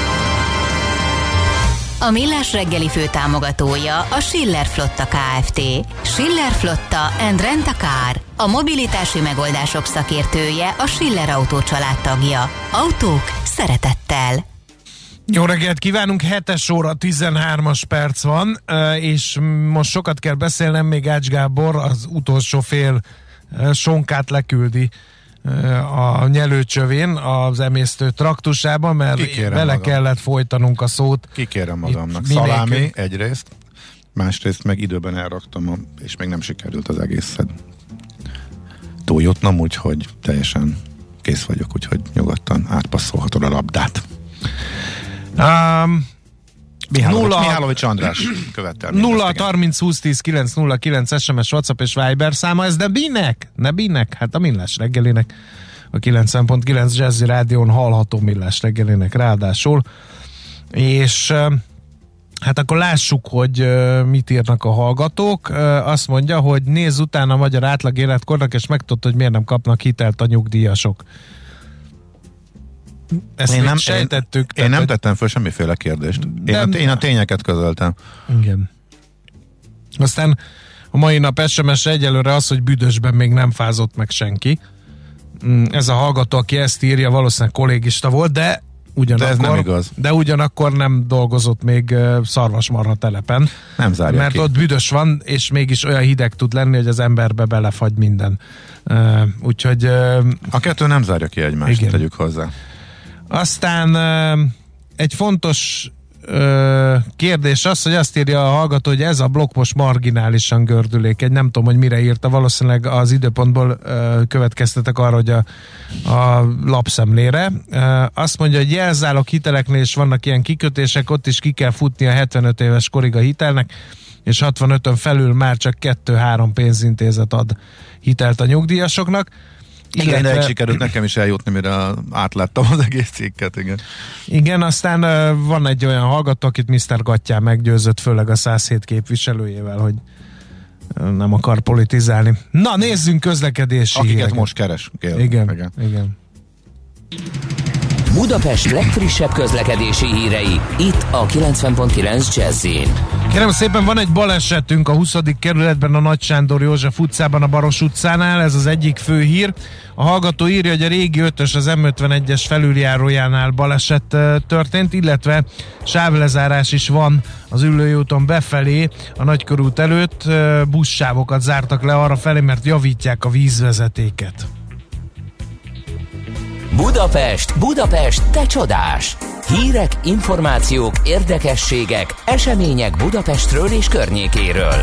A Millás reggeli főtámogatója a Schiller Flotta Kft. Schiller Flotta and Rent a Car. A mobilitási megoldások szakértője, a Schiller Autó család tagja. Autók szeretettel. Jó reggelt kívánunk, 7 óra 13 perc van, és most sokat kell beszélnem, még Ács Gábor az utolsó fél sonkát leküldi a nyelőcsövén az emésztő traktusába, mert vele kellett folytanunk a szót. Kikérem magamnak. Szalámi egyrészt, másrészt meg időben elraktam, és még nem sikerült az egészet túljutnom, úgyhogy teljesen kész vagyok, úgyhogy nyugodtan átpasszolhatod a labdát. Mihálovics András követelmény. 0-30-20-10-9-09 SMS, WhatsApp és Viber száma, ez de minek? Hát a Millás reggelinek, a 90.9 Jazzy Rádión hallható Millás reggelinek ráadásul. És hát akkor lássuk, hogy mit írnak a hallgatók. Azt mondja, hogy nézz utána a magyar átlag életkornak, és megtudod, hogy miért nem kapnak hitelt a nyugdíjasok. Ezt én nem sejtettük. Én nem tettem föl semmiféle kérdést. Én a tényeket közöltem. Igen. Aztán a mai nap SMS egyelőre az, hogy Büdösben még nem fázott meg senki. Ez a hallgató, aki ezt írja, valószínűleg kollégista volt, de ez nem igaz. De ugyanakkor nem dolgozott még szarvasmarha telepen. Nem zárja mert ki. ott büdös van, és mégis olyan hideg tud lenni, hogy az emberbe belefagy minden. Úgyhogy... A kettő nem zárja ki egymást, igen. Tegyük hozzá. Aztán egy fontos kérdés az, hogy azt írja a hallgató, hogy ez a blokk most marginálisan gördülékeny. Nem tudom, hogy mire írta, valószínűleg az időpontból következtetek arra, hogy a lapszemlére. Azt mondja, hogy jelzálog hiteleknél is vannak ilyen kikötések, ott is ki kell futni a 75 éves korig a hitelnek, és 65-ön felül már csak 2-3 pénzintézet ad hitelt a nyugdíjasoknak. Igen, de sikerült nekem is eljutni, mire átláttam az egész cikket, igen. Igen, aztán van egy olyan hallgató, akit Mr. Gattyán meggyőzött, főleg a 107 képviselőjével, hogy nem akar politizálni. Na, nézzünk közlekedési akiket híreket. Most keres. Igen. Budapest legfrissebb közlekedési hírei, itt a 90.9 Jazzyn. Kérem szépen, van egy balesetünk a 20. kerületben, a Nagy Sándor József utcában, a Baros utcánál, ez az egyik fő hír. A hallgató írja, hogy a régi 5-ös, az M51-es felüljárójánál baleset történt, illetve sávlezárás is van az Üllői úton befelé, a Nagykörút előtt, buszsávokat zártak le arra felé, mert javítják a vízvezetéket. Budapest, te csodás! Hírek, információk, érdekességek, események Budapestről és környékéről.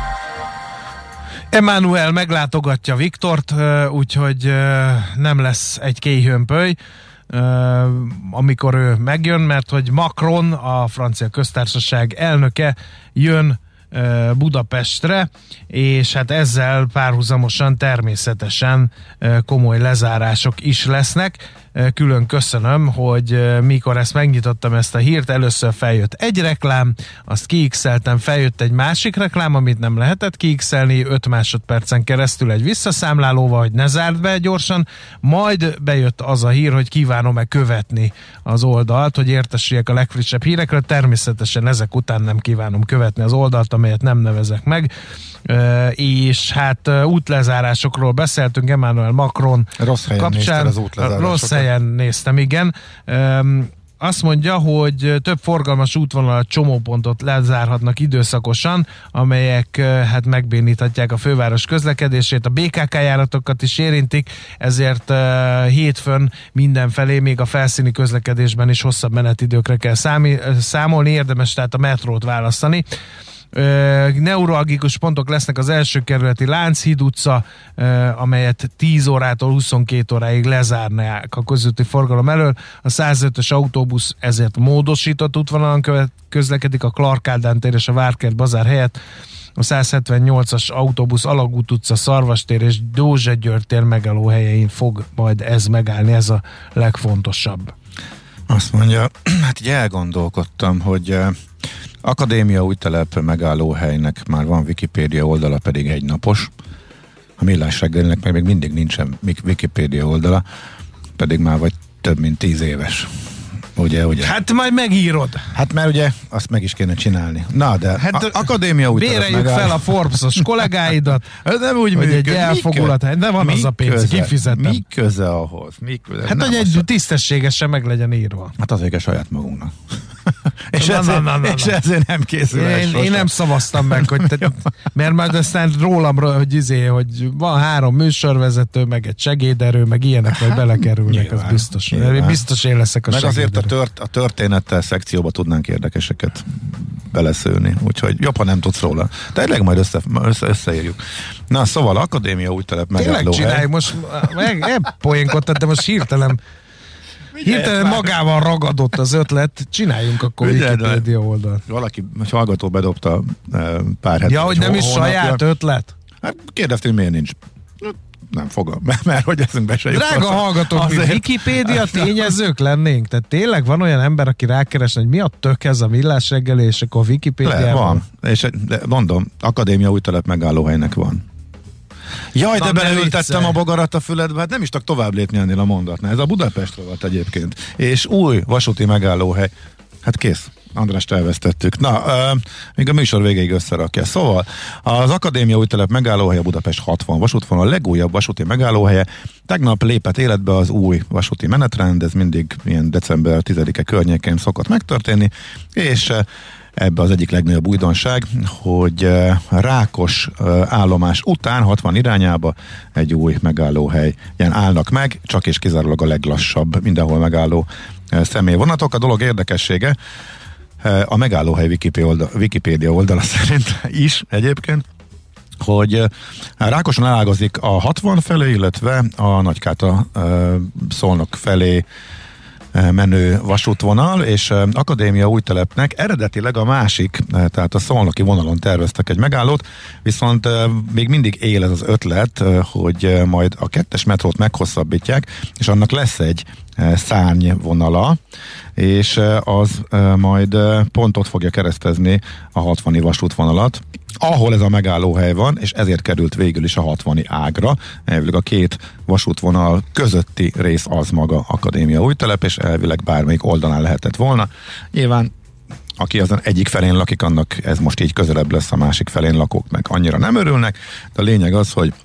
Emmanuel meglátogatja Viktort, úgyhogy nem lesz egy kéjhőmpöly, amikor ő megjön, mert hogy Macron, a francia köztársaság elnöke jön Budapestre, és hát ezzel párhuzamosan természetesen komoly lezárások is lesznek. Külön köszönöm, hogy mikor ezt megnyitottam ezt a hírt, először feljött egy reklám, azt kiixeltem, feljött egy másik reklám, amit nem lehetett kiixelni, 5 másodpercen keresztül egy visszaszámlálóval, hogy ne zárd be gyorsan, majd bejött az a hír, hogy kívánom-e követni az oldalt, hogy értesüljek a legfrissebb hírekről. Természetesen ezek után nem kívánom követni az oldalt, amelyet nem nevezek meg, és hát útlezárásokról beszéltünk Emmanuel Macron rossz helyen kapcsán. Az útlezárásokat. Rossz helyen néztem, igen. Azt mondja, hogy több forgalmas útvonalat, csomópontot lezárhatnak időszakosan, amelyek hát megbéníthatják a főváros közlekedését, a BKK járatokat is érintik, ezért hétfőn mindenfelé, még a felszíni közlekedésben is hosszabb menetidőkre kell számolni, érdemes tehát a metrót választani. Neuralgikus pontok lesznek az első kerületi Lánchíd utca, amelyet 10 órától 22 óráig lezárnák a közúti forgalom elől. A 105-ös autóbusz ezért módosított útvonalon közlekedik a Clark Ádám tér és a Várkert bazár helyett. A 178-as autóbusz Alagút utca, Szarvastér és Dózsa György tér megállóhelyein fog majd ez megállni, ez a legfontosabb. Azt mondja, hát így elgondolkodtam, hogy Akadémia újtelep megállóhelynek már van Wikipédia oldala, pedig egynapos. A Millás reggelinek meg még mindig nincsen Wikipédia oldala, pedig már vagy több mint 10 éves. Ugye? Hát majd megírod. Hát mert ugye azt meg is kéne csinálni. Na, de hát Akadémia újtelep béreljük fel a Forbes-os kollégáidat. Ez nem úgy hogy egy elfogulat, de van az a pénz, kifizetem. Mi köze ahhoz? Hát, hogy egy tiszteszségesen meg legyen írva. Hát azért kell saját magunknak. És ezért nem készül. Én nem szavaztam meg, mert majd aztán rólam, hogy van 3 műsorvezető, meg egy segéderő, meg ilyenek majd belekerülnek, az biztos. Biztos én leszek a segéderő. Meg azért a történettel szekcióba tudnánk érdekeseket beleszőni, úgyhogy jobb, ha nem tudsz róla. Tényleg majd összeírjuk. Na, szóval Akadémia újtelep megállóhely. Tényleg csináljuk, most poénkodtad, de most hirtelen magával ragadott az ötlet, csináljunk akkor Wikipédia oldalt. Valaki, egy hallgató bedobta pár hetet. Ja, hogy nem is saját ötlet? Hát kérdeztem, hogy miért nincs. Nem fogom, mert hogy eszünkbe se jutott. Drága hallgatók, mi Wikipédia tényezők lennénk? Tehát tényleg van olyan ember, aki rákeresne, hogy mi a tök ez a Millás reggeli, és akkor Wikipédiában? Van, és mondom, Akadémia újtelep megállóhelynek van. Jaj, de beleültettem a bogarat a füledbe, hát nem is tudok tovább lépni ennél a mondatnál. Ez a Budapestről volt egyébként. És új vasúti megállóhely. Hát kész. Andrást elvesztettük. Na, még a műsor végéig összerakja. Szóval az Akadémia újtelep megállóhelye Budapest 60 vasútvonal, a legújabb vasúti megállóhelye. Tegnap lépett életbe az új vasúti menetrend, ez mindig ilyen december 10-e környékén szokott megtörténni, és ebbe az egyik legnagyobb újdonság, hogy Rákos állomás után 60 irányába egy új megállóhelyen állnak meg, csak és kizárólag a leglassabb mindenhol megálló személyvonatok. A dolog érdekessége, a megállóhely Wikipédia oldala szerint is egyébként, hogy Rákoson elágazik a 60 felé, illetve a Nagykáta Szolnok felé menő vasútvonal, és Akadémia újtelepnek eredetileg a másik, tehát a szolnoki vonalon terveztek egy megállót, viszont még mindig él ez az ötlet, hogy majd a 2-es metrót meghosszabbítják, és annak lesz egy szárnyvonala, és az majd pontot fogja keresztezni a 60-i vasútvonalat, ahol ez a megállóhely van, és ezért került végül is a 60-i ágra. Elvileg a 2 vasútvonal közötti rész az maga Akadémia újtelep, és elvileg bármelyik oldalán lehetett volna. Nyilván aki azon egyik felén lakik, annak ez most így közelebb lesz, a másik felén lakók meg annyira nem örülnek, de a lényeg az, hogy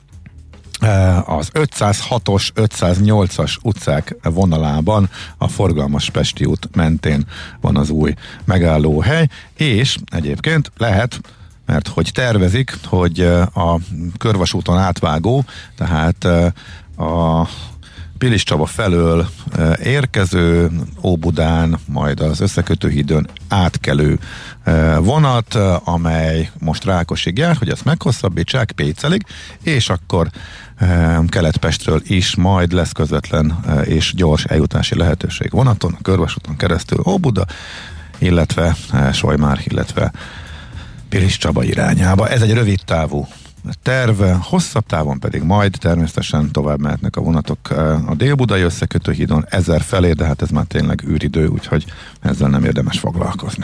az 506-os, 508-as utcák vonalában a forgalmas Pesti út mentén van az új megállóhely, és egyébként lehet, mert hogy tervezik, hogy a körvasúton átvágó, tehát a Pilis Csaba felől érkező, Óbudán, majd az összekötőhídon átkelő vonat, amely most Rákosig jár, hogy ezt meghosszabbítsák Pécelig, és akkor Kelet-Pestről is majd lesz közvetlen és gyors eljutási lehetőség vonaton, a körvasúton keresztül Óbuda, illetve Solymár, illetve Pilis Csaba irányába. Ez egy rövid távú terv, hosszabb távon pedig majd természetesen tovább mehetnek a vonatok a délbudai összekötőhídon 1000 felé, de hát ez már tényleg űridő, úgyhogy ezzel nem érdemes foglalkozni.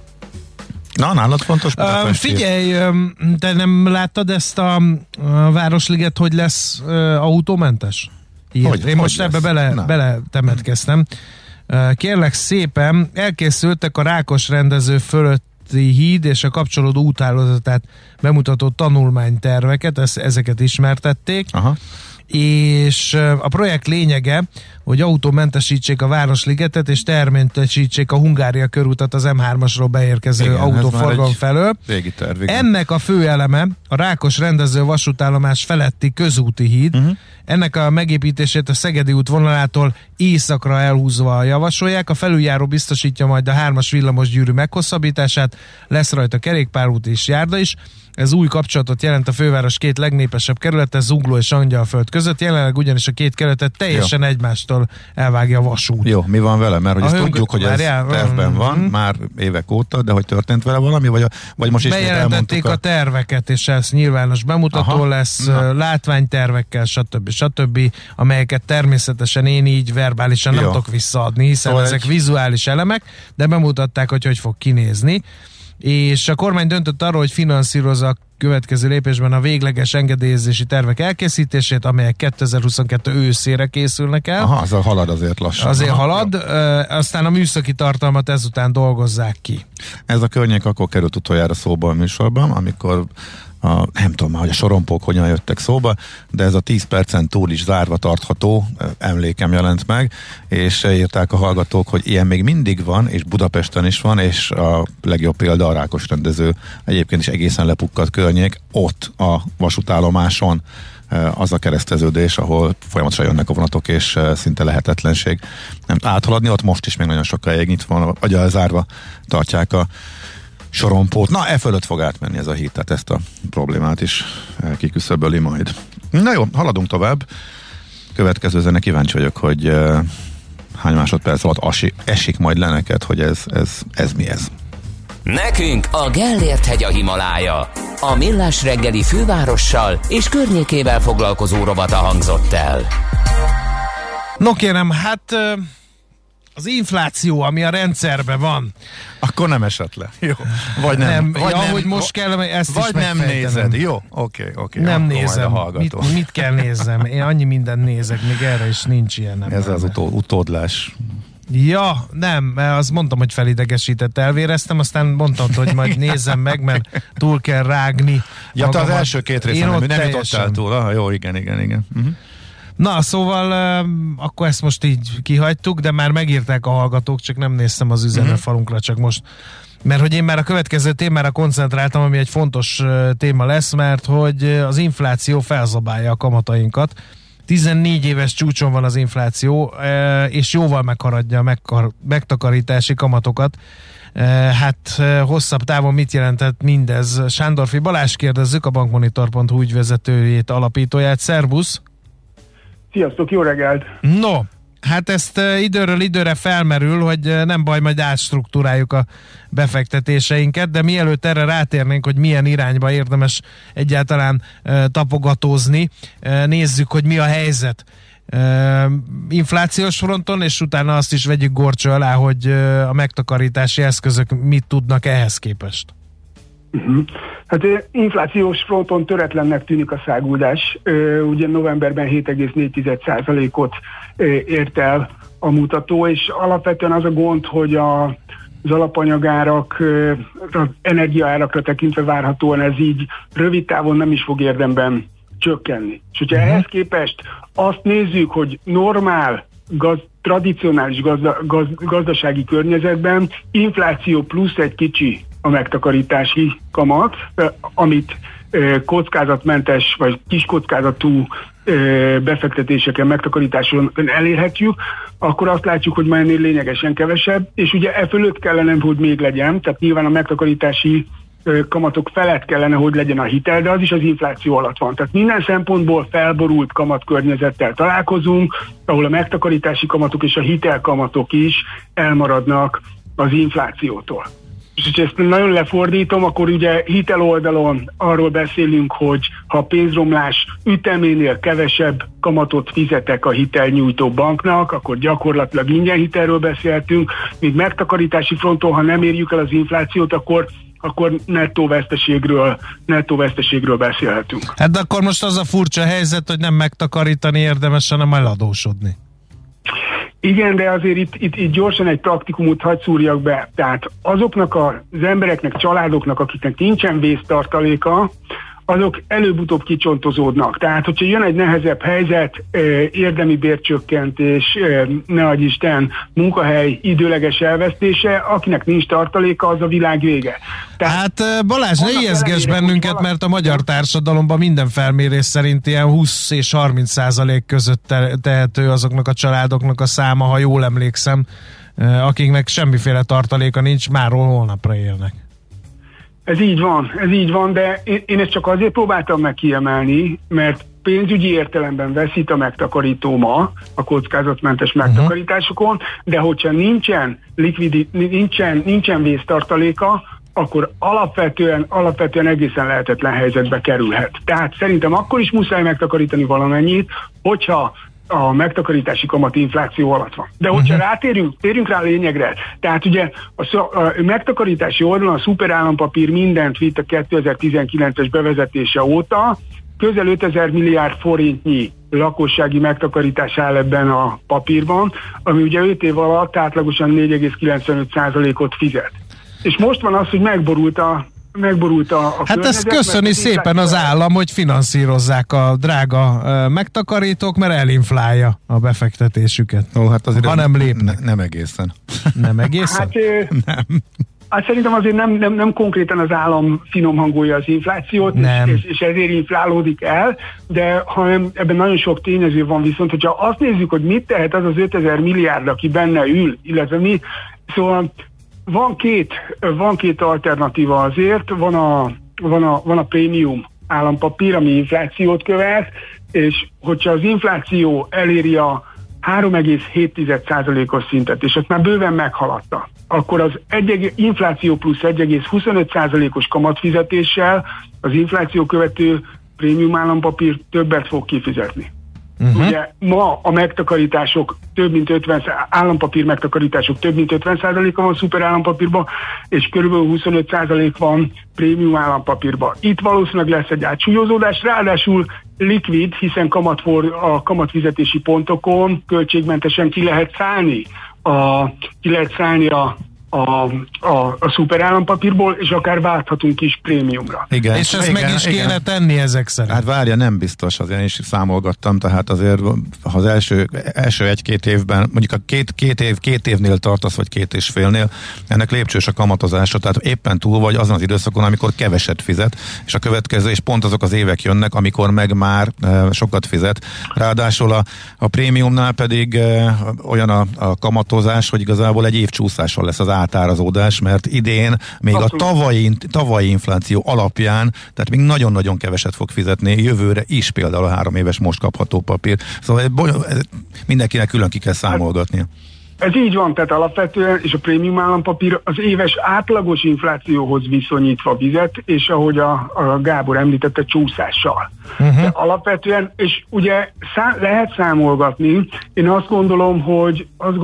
Na, nálad fontos? Figyelj, te nem láttad ezt a Városliget, hogy lesz autómentes? Én most ebbe bele temetkeztem. Kérlek szépen, elkészültek a Rákos rendező fölött híd és a kapcsolódó úthálózatát bemutató tanulmányterveket, ezeket ismertették. Aha. És a projekt lényege, hogy autómentesítsék a Városligetet, és termentesítsék a Hungária körútat az M3-asról beérkező autóforgalom felől. Ennek a fő eleme a Rákos rendező vasútállomás feletti közúti híd. Ennek a megépítését a Szegedi út vonalától északra elhúzva javasolják. A felüljáró biztosítja majd a 3-as villamosgyűrű meghosszabbítását, lesz rajta kerékpárút és járda is. Ez új kapcsolatot jelent a főváros két legnépesebb kerülete, Zugló és Angyalföld között. Jelenleg ugyanis a két kerületet teljesen egymástól elvágja a vasút. Jó, mi van vele? Mert hogy ezt tudjuk, hogy ez tervben van már évek óta, de hogy történt vele valami? Vagy most ismét bejelentették a terveket, és ez nyilvános bemutató lesz, látványtervekkel, stb., amelyeket természetesen én így verbálisan nem tudok visszaadni, hiszen szóval ezek vizuális elemek, de bemutatták, hogy fog kinézni. És a kormány döntött arról, hogy finanszírozza a következő lépésben a végleges engedélyezési tervek elkészítését, amelyek 2022 őszére készülnek el. Aha, az halad azért lassan. Azért halad, aztán a műszaki tartalmat ezután dolgozzák ki. Ez a környék akkor került utoljára szóba a műsorban, amikor nem tudom már, hogy a sorompók hogyan jöttek szóba, de ez a 10 percen túl is zárva tartható emlékem jelent meg, és írták a hallgatók, hogy ilyen még mindig van, és Budapesten is van, és a legjobb példa a Rákos rendező, egyébként is egészen lepukkadt környék, ott a vasútállomáson az a kereszteződés, ahol folyamatosan jönnek a vonatok, és szinte lehetetlenség nem áthaladni, ott most is még nagyon sokáig nyitva, vagy zárva tartják a sorompót. Na, fölött fog átmenni ez a híd, tehát ezt a problémát is kiküszöböli majd. Na jó, haladunk tovább. Következő zene, kíváncsi vagyok, hogy hány másodperc alatt esik majd le neked, hogy ez mi ez. Nekünk a Gellért-hegy a Himalája. A Millás reggeli fővárossal és környékével foglalkozó rovata hangzott el. No kérem, hát az infláció, ami a rendszerben van. Akkor nem esett le. Jó. Vagy nem. Vagy nem, hogy most kell, ezt vagy is nem nézed. Jó, oké. Nem nézem. Mit kell nézzem? Én annyi mindent nézek, még erre is nincs ilyen. Ez az utódlás. Ja, nem, mert azt mondtam, hogy felidegesített, elvéreztem, aztán mondtam, hogy majd nézzem meg, mert túl kell rágni. Ja, te az első két részen nem jutottál túl. Jó, igen. Na, szóval akkor ezt most így kihagytuk, de már megírták a hallgatók, csak nem néztem az üzenőfalunkra, csak most. Mert hogy én már a következő témára koncentráltam, ami egy fontos téma lesz, mert hogy az infláció felzabálja a kamatainkat. 14 éves csúcson van az infláció, és jóval megharadja a megtakarítási kamatokat. Hát hosszabb távon mit jelentett mindez? Sándorfi Balázs kérdezzük, a bankmonitor.hu ügyvezetőjét, alapítóját. Szervusz! Sziasztok, jó reggelt! No, hát ezt időről időre felmerül, hogy nem baj, majd átstruktúráljuk a befektetéseinket, de mielőtt erre rátérnénk, hogy milyen irányba érdemes egyáltalán tapogatózni, nézzük, hogy mi a helyzet inflációs fronton, és utána azt is vegyük górcső alá, hogy a megtakarítási eszközök mit tudnak ehhez képest. Hát inflációs fronton töretlennek tűnik a száguldás. Ugye novemberben 7,4%-ot ért el a mutató, és alapvetően az a gond, hogy az alapanyagárak, az energiaárakra tekintve várhatóan ez így rövid távon nem is fog érdemben csökkenni. És hogyha ehhez képest azt nézzük, hogy normál, tradicionális gazdasági környezetben infláció plusz egy kicsi a megtakarítási kamat, amit kockázatmentes vagy kiskockázatú befektetéseken, megtakarításon elérhetjük, akkor azt látjuk, hogy már ennél lényegesen kevesebb, és ugye e fölött kellene, hogy még legyen, tehát nyilván a megtakarítási kamatok felett kellene, hogy legyen a hitel, de az is az infláció alatt van. Tehát minden szempontból felborult kamatkörnyezettel találkozunk, ahol a megtakarítási kamatok és a hitelkamatok is elmaradnak az inflációtól. És ha ezt nagyon lefordítom, akkor ugye hitel oldalon arról beszélünk, hogy ha a pénzromlás üteménél kevesebb kamatot fizetek a hitelnyújtó banknak, akkor gyakorlatilag ingyen hitelről beszéltünk, míg megtakarítási fronton, ha nem érjük el az inflációt, akkor nettó veszteségről beszélhetünk. Hát de akkor most az a furcsa helyzet, hogy nem megtakarítani érdemes, hanem eladósodni. Igen, de azért itt gyorsan egy praktikumot hadd szúrjak be. Tehát azoknak az embereknek, családoknak, akiknek nincsen vésztartaléka, azok előbb-utóbb kicsontozódnak. Tehát, hogyha jön egy nehezebb helyzet, érdemi bércsökkentés, ne adj Isten, munkahely időleges elvesztése, akinek nincs tartaléka, az a világ vége. Tehát hát Balázs, ne ijeszgess bennünket, mert a magyar társadalomban minden felmérés szerint ilyen 20 és 30% között tehető azoknak a családoknak a száma, ha jól emlékszem, akiknek semmiféle tartaléka nincs, máról holnapra élnek. Ez így van, de én ezt csak azért próbáltam meg kiemelni, mert pénzügyi értelemben veszít a megtakarító ma a kockázatmentes megtakarításokon, de hogyha nincsen vésztartaléka, akkor alapvetően egészen lehetetlen helyzetbe kerülhet. Tehát szerintem akkor is muszáj megtakarítani valamennyit, hogyha a megtakarítási kamat infláció alatt van. De hogyha térjünk rá a lényegre. Tehát ugye a megtakarítási oldalon a szuperállampapír mindent vitt a 2019-es bevezetése óta, közel 5000 milliárd forintnyi lakossági megtakarítás áll ebben a papírban, ami ugye 5 év alatt átlagosan 4,95%-ot fizet. És most van az, hogy megborult a hát ezt köszöni szépen az állam, hogy finanszírozzák a drága megtakarítók, mert elinflálja a befektetésüket. Hát azért ha nem lépnek. Nem egészen. Nem egészen? Nem. Hát szerintem azért nem konkrétan az állam finom hangolja az inflációt, és ezért inflálódik el, de hanem ebben nagyon sok tényező van, viszont hogyha azt nézzük, hogy mit tehet az 5000 milliárd, aki benne ül, illetve mi, szóval van két alternatíva azért, van a prémium állampapír, ami inflációt követ, és hogyha az infláció eléri a 3,7%-os szintet, és ezt már bőven meghaladta, akkor az infláció plusz 1,25%-os kamatfizetéssel az infláció követő prémium állampapír többet fog kifizetni. Ugye ma a megtakarítások állampapír megtakarítások több mint 50%-a van szuper állampapírban, és körülbelül 25% van prémium állampapírban. Itt valószínűleg lesz egy átsúlyozódás, ráadásul likvid, hiszen a kamatfizetési pontokon költségmentesen ki lehet szállni a szuper állampapírból, és akár válthatunk is prémiumra. Igen, és ezt meg is kéne tenni ezek szerint. Hát várja, nem biztos, azért én is számolgattam, tehát azért az első egy-két évben, mondjuk a két évnél tartasz, vagy 2,5-nél, ennek lépcsős a kamatozása, tehát éppen túl vagy azon az időszakon, amikor keveset fizet, és a következő, és pont azok az évek jönnek, amikor meg már sokat fizet. Ráadásul a prémiumnál pedig olyan a kamatozás, hogy igazából egy év csúszással lesz az átárazódás, mert idén még a tavalyi infláció alapján, tehát még nagyon-nagyon keveset fog fizetni, jövőre is például a 3 éves most kapható papír. Szóval mindenkinek külön ki kell számolgatnia. Ez így van, tehát alapvetően, és a prémium állampapír az éves átlagos inflációhoz viszonyítva fizet, és ahogy a Gábor említette, csúszással. De alapvetően, és ugye lehet számolgatni, én azt gondolom, hogy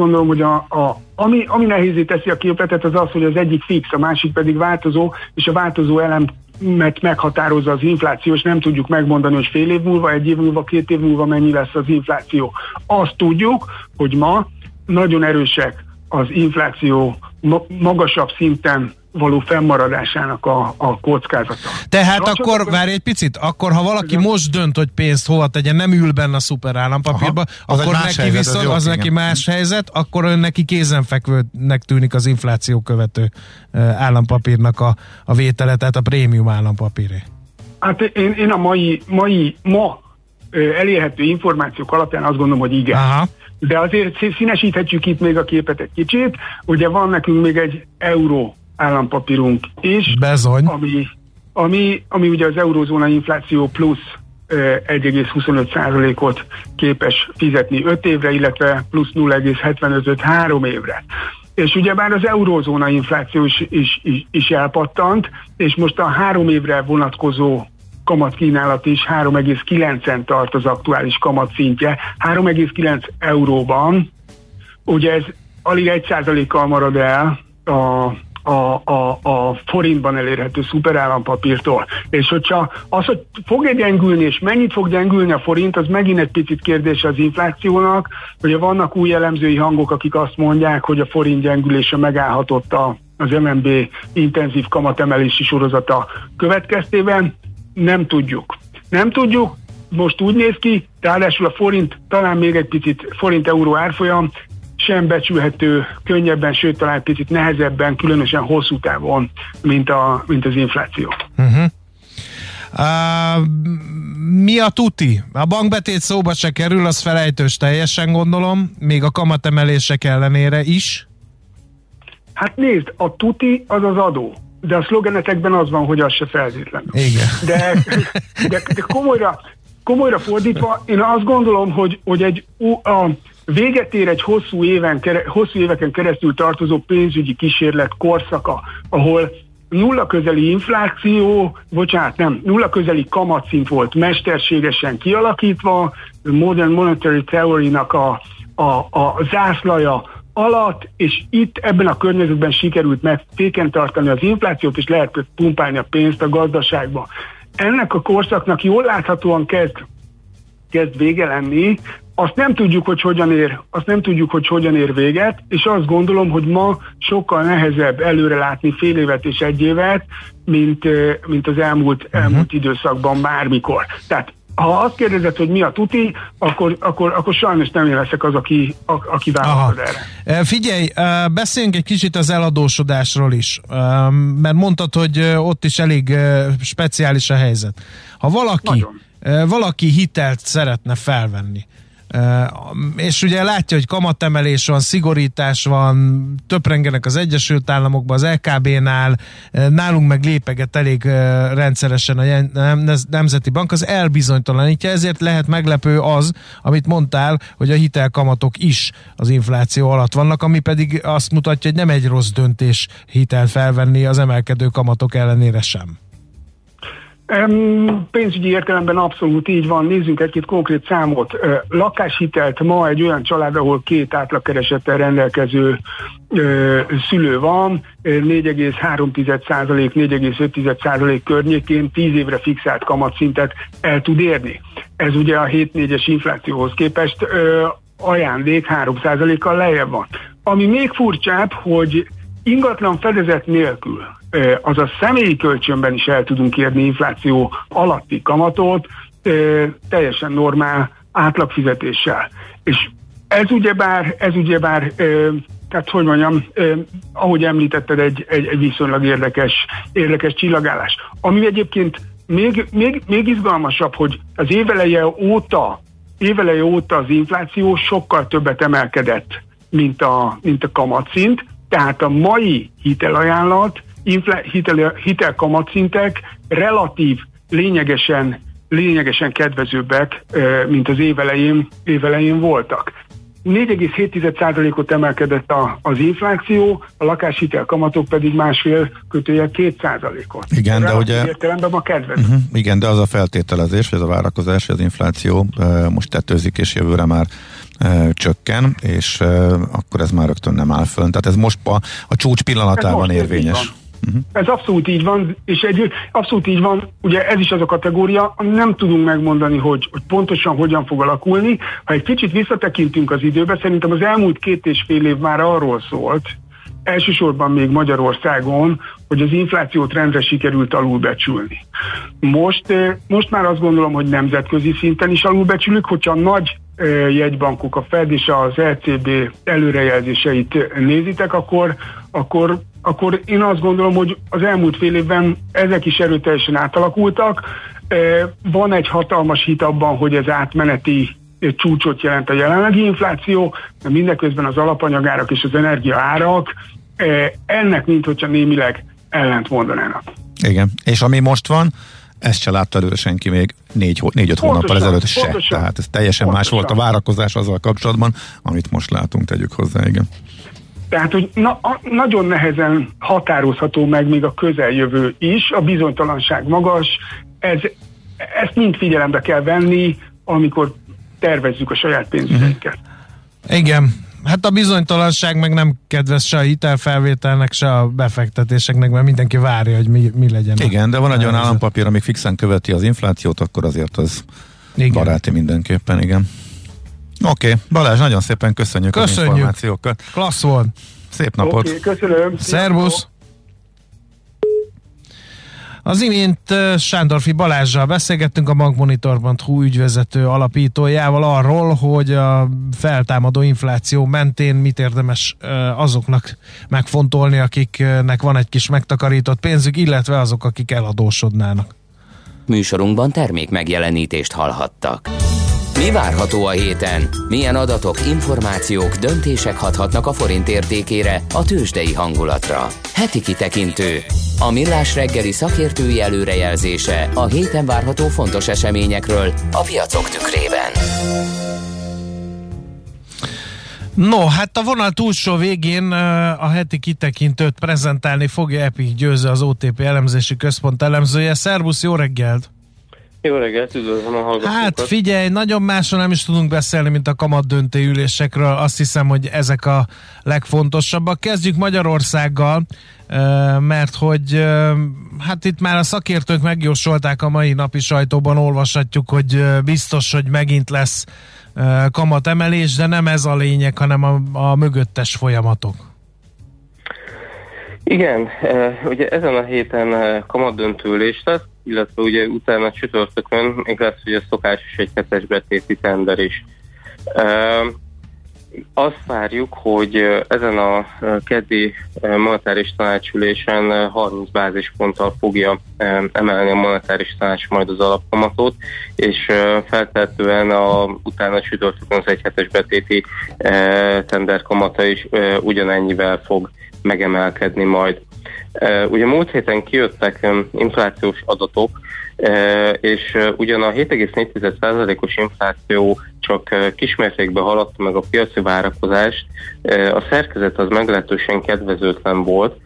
ami nehézé teszi a képletet, az az, hogy az egyik fix, a másik pedig változó, és a változó elemet meghatározza az infláció, és nem tudjuk megmondani, hogy fél év múlva, 1 év múlva, 2 év múlva mennyi lesz az infláció. Azt tudjuk, hogy ma nagyon erősek az infláció magasabb szinten való fennmaradásának a kockázata. Tehát akkor, várj egy picit, akkor ha valaki most dönt, hogy pénzt hova tegyen, nem ül benne a szuper állampapírba, akkor neki viszont az neki más helyzet, akkor neki kézenfekvőnek tűnik az infláció követő állampapírnak a vétele, tehát a prémium állampapíré. Hát én a ma elérhető információk alapján azt gondolom, hogy igen. Aha. De azért színesíthetjük itt még a képet egy kicsit. Ugye van nekünk még egy euró állampapírunk is, ami ugye az eurózóna infláció plusz 1,25%-ot képes fizetni 5 évre, illetve plusz 0,75-öt 3 évre. És ugyebár az eurózóna infláció is elpattant, és most a 3 évre vonatkozó kamatkínálat is 3,9-en tart az aktuális kamatszintje. 3,9 euróban, ugye ez alig 1%-kal marad el a forintban elérhető szuperállampapírtól. És hogyha az, hogy fog-e gyengülni, és mennyit fog gyengülni a forint, az megint egy picit kérdés az inflációnak, hogy vannak új elemzői hangok, akik azt mondják, hogy a forint gyengülése megállhatott az MNB intenzív kamatemelési sorozata következtében. nem tudjuk. Nem tudjuk, most úgy néz ki, ráadásul a forint, talán még egy picit forint-euró árfolyam sem becsülhető könnyebben, sőt talán picit nehezebben, különösen hosszú távon, mint az infláció. Mi a tuti? A bankbetét szóba se kerül, az felejtős teljesen, gondolom, még a kamatemelések ellenére is. Hát nézd, a tuti az az adó, de a szlogenetekben az van, hogy az se feltétlenül. Igen. De komolyra fordítva, én azt gondolom, hogy a véget ér egy hosszú éveken keresztül tartozó pénzügyi kísérlet korszaka, ahol nulla közeli kamatszint volt mesterségesen kialakítva, Modern Monetary Theory-nak a zászlaja alatt, és itt ebben a környezetben sikerült megféken tartani az inflációt, és lehet pumpálni a pénzt a gazdaságba. Ennek a korszaknak jól láthatóan kezd vége lenni, azt nem tudjuk, hogy hogyan ér véget, és azt gondolom, hogy ma sokkal nehezebb előre látni fél évet és egy évet, mint az elmúlt időszakban bármikor. Tehát ha azt kérdezed, hogy mi a tuti, akkor sajnos nem én leszek az, aki válaszol erre. Figyelj, beszéljünk egy kicsit az eladósodásról is, mert mondtad, hogy ott is elég speciális a helyzet. Ha valaki hitelt szeretne felvenni, és ugye látja, hogy kamatemelés van, szigorítás van, töprengenek az Egyesült Államokban, az LKB-nál, nálunk meg lépeget elég rendszeresen a Nemzeti Bank, az elbizonytalanítja, ezért lehet meglepő az, amit mondtál, hogy a hitelkamatok is az infláció alatt vannak, ami pedig azt mutatja, hogy nem egy rossz döntés hitelt felvenni az emelkedő kamatok ellenére sem. Pénzügyi értelemben abszolút így van. Nézzünk egy-két konkrét számot. Lakáshitelt ma egy olyan család, ahol 2 átlagkeresettel rendelkező szülő van, 4,3%, 4,5% környékén 10 évre fixált kamatszintet el tud érni. Ez ugye a 7,4-es inflációhoz képest ajándék 3%-kal lejjebb van. Ami még furcsább, hogy ingatlan fedezet nélkül, azaz személyi kölcsönben is el tudunk érni infláció alatti kamatot, teljesen normál átlagfizetéssel. És ez ugyebár tehát hogy mondjam, ahogy említetted, egy viszonylag érdekes csillagállás. Ami egyébként még izgalmasabb, hogy az éveleje óta az infláció sokkal többet emelkedett, mint a kamatszint, tehát a mai hitelajánlat, hitelkamatszintek relatív lényegesen kedvezőbbek, mint az évelején voltak. 4,7%-ot emelkedett az infláció, a lakáshitel kamatok pedig 1,5-2%-ot. Igen, de ugye értelemben ma kedvező. Igen, de az a feltételezés, vagy az a várakozás, hogy az infláció most tetőzik, és jövőre már csökken, és akkor ez már rögtön nem áll fönn. Tehát ez most a csúcs pillanatában érvényes. Ez abszolút így van, és abszolút így van, ugye ez is az a kategória, nem tudunk megmondani, hogy pontosan hogyan fog alakulni. Ha egy kicsit visszatekintünk az időbe, szerintem az elmúlt 2,5 év már arról szólt, elsősorban még Magyarországon, hogy az inflációt rendre sikerült alulbecsülni. Most már azt gondolom, hogy nemzetközi szinten is alulbecsülük, hogyha a nagy jegybankok, a Fed és az ECB előrejelzéseit nézitek, akkor én azt gondolom, hogy az elmúlt fél évben ezek is erőteljesen átalakultak. Van egy hatalmas hit abban, hogy ez átmeneti csúcsot jelent a jelenlegi infláció, de mindeközben az alapanyagárak és az energiaárak ennek minthogyha némileg ellent mondanának. Igen, és ami most van, ezt se látta előre senki még 4-5 hónappal ezelőtt se. Tehát ez teljesen más volt a várakozás azzal kapcsolatban, amit most látunk, tegyük hozzá, igen. Tehát, hogy nagyon nehezen határozható meg még a közeljövő is, a bizonytalanság magas, ezt mind figyelembe kell venni, amikor tervezzük a saját pénzügyeinket. Igen, hát a bizonytalanság meg nem kedvez se a hitelfelvételnek, se a befektetéseknek, mert mindenki várja, hogy mi legyen. Igen, de van egy olyan állampapír, amik fixen követi az inflációt, akkor azért az baráti mindenképpen, igen. Oké, Balázs, nagyon szépen köszönjük az információkat. Klassz volt. Szép napot. Köszönöm. Szervusz. Az imént Sándorfi Balázssal beszélgettünk, a bankmonitor.hu ügyvezető alapítójával arról, hogy a feltámadó infláció mentén mit érdemes azoknak megfontolni, akiknek van egy kis megtakarított pénzük, illetve azok, akik eladósodnának. Műsorunkban termék megjelenítést hallhattak. Mi várható a héten? Milyen adatok, információk, döntések hathatnak a forint értékére, a tőzsdei hangulatra? Heti kitekintő. A Millás reggeli szakértői előrejelzése a héten várható fontos eseményekről a piacok tükrében. No, hát a vonal túlsó végén a heti kitekintőt prezentálni fogja Epik Győző, az OTP elemzési központ elemzője. Szervusz, jó reggelt! Jó reggelt, üdvözlöm a hallgatókat! Hát figyelj, nagyon másról nem is tudunk beszélni, mint a kamatdöntő ülésekről. Azt hiszem, hogy ezek a legfontosabbak. Kezdjük Magyarországgal, mert hogy hát itt már a szakértők megjósolták, a mai napi sajtóban olvashatjuk, hogy biztos, hogy megint lesz kamatemelés, de nem ez a lényeg, hanem a mögöttes folyamatok. Igen, ugye ezen a héten kamatdöntőülés lesz, illetve ugye utána csütörtökön még lesz ugye szokásos egy hetes betéti tender is. Azt várjuk, hogy ezen a keddi monetáris tanácsülésen 30 bázisponttal fogja emelni a monetáris tanács majd az alapkamatot, és feltehetően utána csütörtökön az egyhetes betéti tender kamata is ugyanennyivel fog megemelkedni majd. Ugye múlt héten kijöttek inflációs adatok, és ugyan a 7,4%-os infláció csak kismértékben haladta meg a piaci várakozást, a szerkezet az meglehetősen kedvezőtlen volt,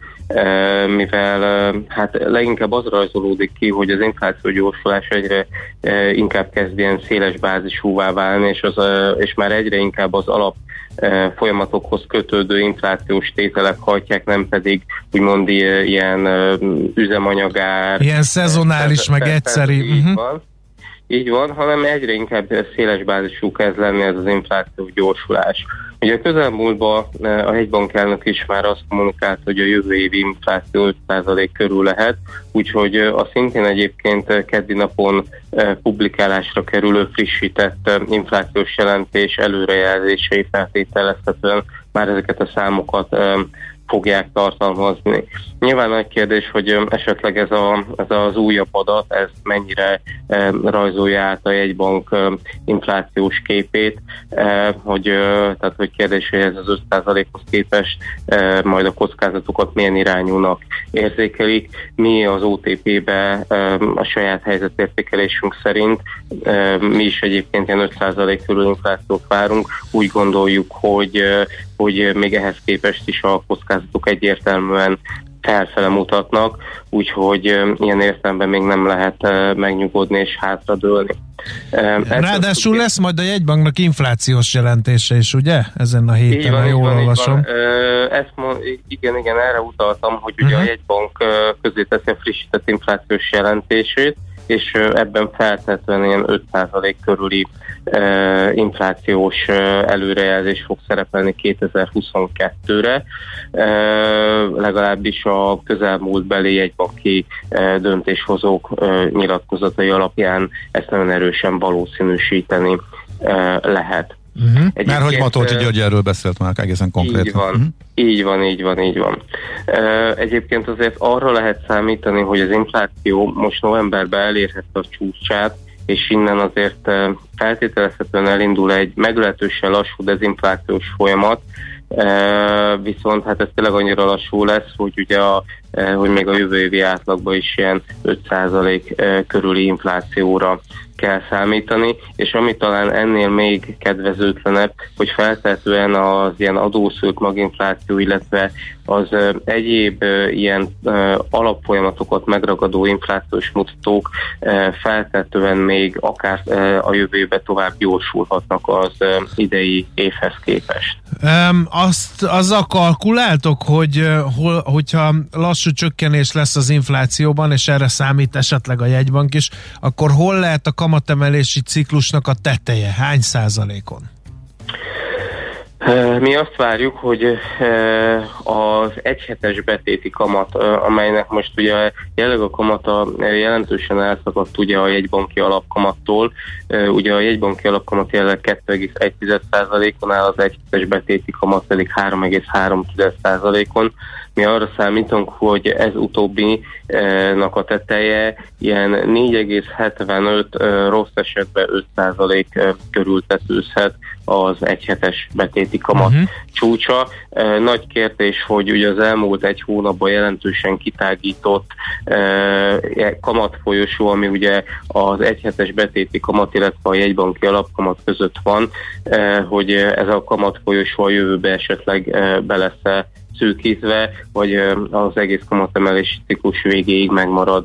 mivel hát leginkább az rajzolódik ki, hogy az infláció gyorsulás egyre inkább kezd ilyen széles bázisúvá válni, és már egyre inkább az alap folyamatokhoz kötődő inflációs tételek hajtják, nem pedig úgymond ilyen üzemanyagár. Ilyen szezonális, meg egyszeri. Így van, hanem egyre inkább széles bázisú kezd lenni ez az infláció gyorsulás. Ugye a közelmúltban a jegybank elnök is már azt kommunikált, hogy a jövő évi infláció 5% körül lehet, úgyhogy a szintén egyébként keddi napon publikálásra kerülő frissített inflációs jelentés előrejelzései feltételezhetően már ezeket a számokat fogják tartalmazni. Nyilván nagy kérdés, hogy esetleg ez az újabb adat, ez mennyire rajzolja át a jegybank inflációs képét, hogy kérdés, hogy ez az 5%-hoz képest majd a kockázatokat milyen irányúnak érzékelik. Mi az OTP-be a saját helyzetértékelésünk szerint, mi is egyébként ilyen 5% körül inflációt várunk, úgy gondoljuk, hogy még ehhez képest is a kockázatok egyértelműen felfele mutatnak, úgyhogy ilyen értelemben még nem lehet megnyugodni és hátradőlni. Ráadásul lesz majd a jegybanknak inflációs jelentése is, ugye? Ezen a héten, ha jól olvasom. Igen, erre utaltam, hogy ugye a jegybank közé teszi a frissített inflációs jelentését, és ebben feltétlenül ilyen 5% körüli inflációs előrejelzés fog szerepelni 2022-re. Legalábbis a közelmúltbeli jegybanki döntéshozók nyilatkozatai alapján ezt nagyon erősen valószínűsíteni lehet. Mert hogy Matolcsi György erről beszélt már egészen konkrétan. Így van. Egyébként azért arra lehet számítani, hogy az infláció most novemberben elérhette a csúcsát, és innen azért feltételezhetően elindul egy meglehetősen lassú dezinflációs folyamat, viszont hát ez tényleg annyira lassú lesz, hogy ugye hogy még a jövő évi átlagban is ilyen 5% körüli inflációra kell számítani, és ami talán ennél még kedvezőtlenebb, hogy feltehetően az ilyen adószült maginfláció, illetve az egyéb ilyen alapfolyamatokat megragadó inflációs mutatók feltehetően még akár a jövőbe tovább gyorsulhatnak az idei évhez képest. Azzal kalkuláltok, hogyha lassú csökkenés lesz az inflációban, és erre számít esetleg a jegybank is, akkor hol lehet a kamatemelési ciklusnak a teteje? Hány százalékon? Mi azt várjuk, hogy az egyhetes betéti kamat, amelynek most ugye jelenleg a kamata jelentősen elszakadt ugye a jegybanki alapkamattól, ugye a jegybanki alapkamat jelenleg 2,1%-on áll, az egyhetes betéti kamat pedig 3,3%-on. Mi arra számítunk, hogy ez utóbbinak a teteje ilyen 4,75, rossz esetben 5% körül tetőzhet az egyhetes betéti kamat csúcsa. Nagy kérdés, hogy ugye az elmúlt egy hónapban jelentősen kitágított kamatfolyosó, ami ugye az egyhetes betéti kamat, illetve a jegybanki alapkamat között van, hogy ez a kamatfolyosó a jövőbe esetleg be lesz szűkítve, vagy az egész kamatemelési ciklus végéig megmarad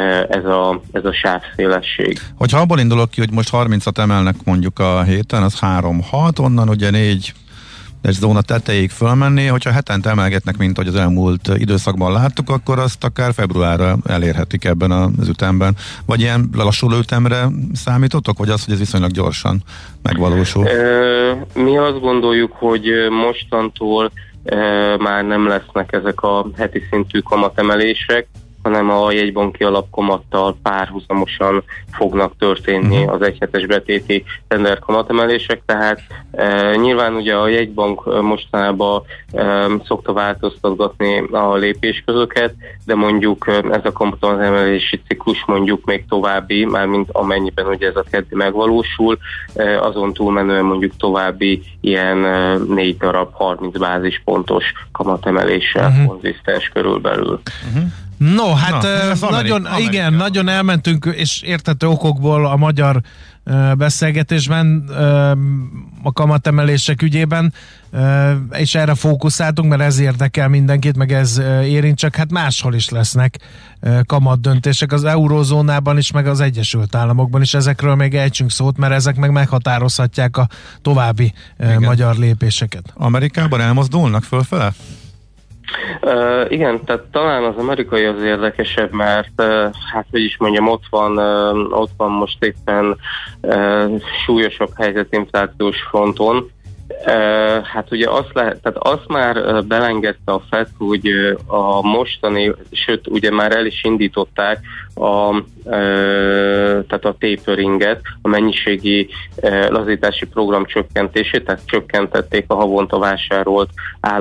ez a sávszélesség. Hogyha abból indulok ki, hogy most 30-at emelnek mondjuk a héten, az 3-6, onnan ugye 4 zóna tetejéig fölmenni, hogyha hetente emelgetnek, mint hogy az elmúlt időszakban láttuk, akkor azt akár februárra elérhetik ebben az ütemben. Vagy ilyen lassuló ütemre számítotok, vagy az, hogy ez viszonylag gyorsan megvalósul? Mi azt gondoljuk, hogy mostantól már nem lesznek ezek a heti szintű kamatemelések, hanem a jegybanki alapkamattal párhuzamosan fognak történni az egyhetes betéti tender kamatemelések, tehát nyilván ugye a jegybank mostanában szokta változtatgatni a lépésközöket, de mondjuk ez a kamatemelési ciklus mondjuk még további, mármint amennyiben ugye ez a keddi megvalósul, azon túlmenően mondjuk további ilyen 4 darab 30 bázispontos kamatemeléssel konzisztens körülbelül. No, hát nagyon elmentünk, és érthető okokból a magyar beszélgetésben a kamatemelések ügyében, és erre fókuszáltunk, mert ez érdekel mindenkit, meg ez érint, csak hát máshol is lesznek kamatdöntések, az eurózónában is, meg az Egyesült Államokban is, ezekről még ejtsünk szót, mert ezek meg meghatározhatják a további magyar lépéseket. Amerikában elmozdulnak fölfele? Igen, tehát talán az amerikai az érdekesebb, mert hát hogy is mondjam, ott van most éppen súlyosabb helyzet inflációs fronton. Hát ugye azt már belengedte a FED, hogy a mostani, sőt ugye már el is indították tehát a taperinget, a mennyiségi lazítási program csökkentését, tehát csökkentették a havonta vásárolt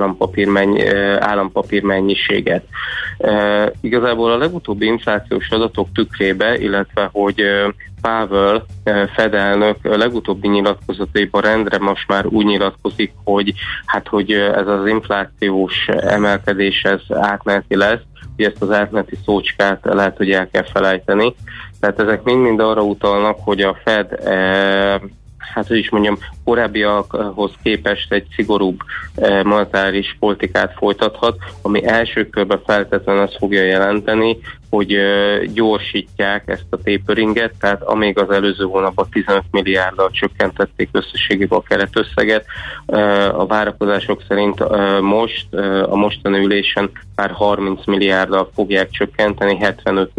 állampapír mennyiséget. Igazából a legutóbbi inflációs adatok tükrébe, illetve hogy Powell Fed elnök legutóbbi nyilatkozataiban rendre most már úgy nyilatkozik, hogy ez az inflációs emelkedés ez átmeneti lesz, hogy ezt az átmeneti szócskát lehet, hogy el kell felejteni. Tehát ezek mind arra utalnak, hogy a Fed hát hogy is mondjam, korábbiakhoz képest egy szigorúbb monetáris politikát folytathat, ami első körben feltétlenül azt fogja jelenteni, hogy gyorsítják ezt a taperinget, tehát amíg az előző hónapban 15 milliárddal csökkentették összességében a keretösszeget, a várakozások szerint most a mostani ülésen már 30 milliárddal fogják csökkenteni 75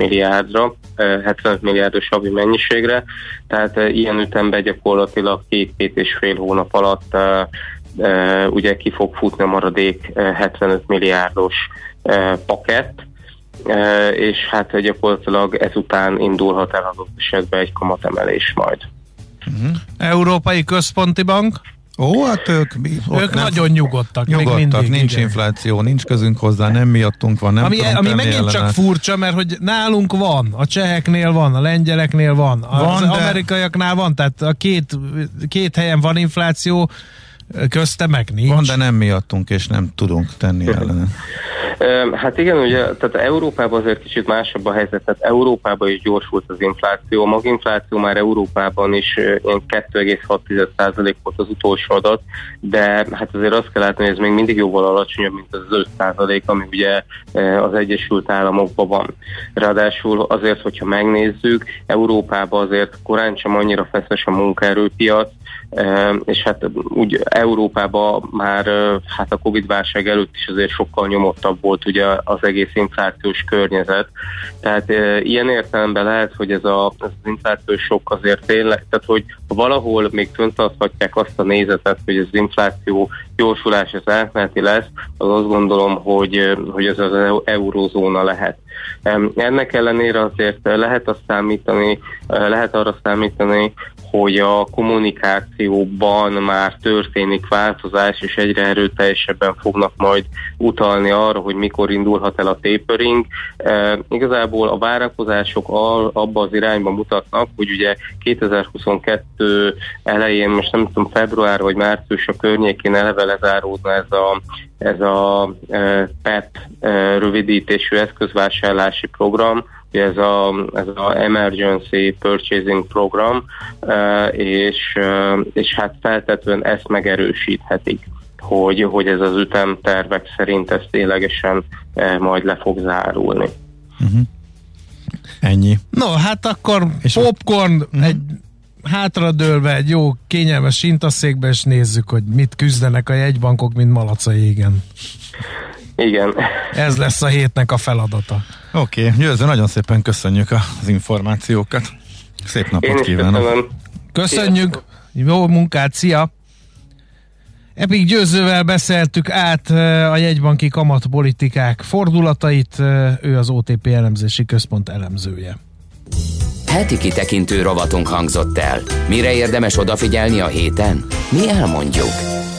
milliárdos havi mennyiségre, tehát ilyen ütemben gyakorlatilag 2-2,5 hónap alatt ugye ki fog futni a maradék 75 milliárdos pakett, és hát gyakorlatilag ezután indulhat el az esetben egy kamatemelés majd. Európai Központi Bank? Hát ők nagyon nyugodtak. Nyugodtak, nincs igen. Infláció, nincs közünk hozzá, nem miattunk van, nem ami megint ellene. Csak furcsa, mert hogy nálunk van, a cseheknél van, a lengyeleknél van, az amerikaiaknál van, tehát a két helyen van infláció, közte meg nincs. Van, de nem miattunk, és nem tudunk tenni ellene. Hát igen, ugye, tehát Európában azért kicsit másabb a helyzet, tehát Európában is gyorsult az infláció, a maginfláció már Európában is ilyen 2,6% volt az utolsó adat, de hát azért azt kell látni, hogy ez még mindig jóval alacsonyabb, mint az 5%, ami ugye az Egyesült Államokban van. Ráadásul azért, hogyha megnézzük, Európában azért korán sem annyira feszes a munkaerőpiac, és hát úgy Európában már hát a Covid-válság előtt is azért sokkal nyomottabb volt ugye az egész inflációs környezet. Tehát ilyen értelemben lehet, hogy ez az inflációs sok azért tényleg, tehát hogy valahol még föntarthatják azt a nézetet, hogy az infláció gyorsulás az átmeneti lesz, az azt gondolom, hogy ez az eurózóna lehet. Ennek ellenére azért lehet arra számítani, hogy a kommunikációban már történik változás, és egyre erőteljesebben fognak majd utalni arra, hogy mikor indulhat el a tapering. Igazából a várakozások abba az irányba mutatnak, hogy ugye 2022 elején, most nem tudom, február vagy március a környékén eleve lezáródna ez a PEP rövidítésű eszközvásárlási program, ez a Emergency Purchasing Program, és hát feltetően ezt megerősíthetik, hogy ez az ütemtervek szerint ez ténylegesen majd le fog zárulni. Ennyi. No, hát akkor és popcorn, egy hátradőlve egy jó kényelmes sintaszékbe, és nézzük, hogy mit küzdenek a jegybankok, mint malac a jégen. Igen. Ez lesz a hétnek a feladata. Oké, Győző, nagyon szépen köszönjük az információkat. Szép napot kívánok. Köszönjük, jó munkát, szia! Epik Győzővel beszéltük át a jegybanki kamatpolitikák fordulatait, ő az OTP elemzési központ elemzője. Heti kitekintő rovatunk hangzott el. Mire érdemes odafigyelni a héten? Mi elmondjuk.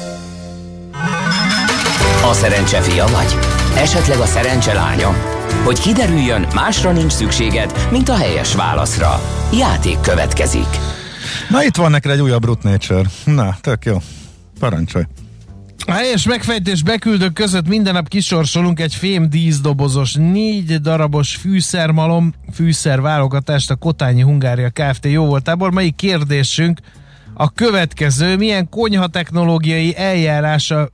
A szerencse fia vagy? Esetleg a szerencse lánya? Hogy kiderüljön, másra nincs szükséged, mint a helyes válaszra. Játék következik. Na, itt van neked egy újabb Root Nature. Na, tök jó. Parancsolj. A helyes megfejtés beküldők között minden nap kisorsolunk egy fém díszdobozos 4 darabos fűszerválogatást a Kotányi Hungária Kft. Jóvoltából. Mai kérdésünk a következő: milyen konyhatechnológiai eljárása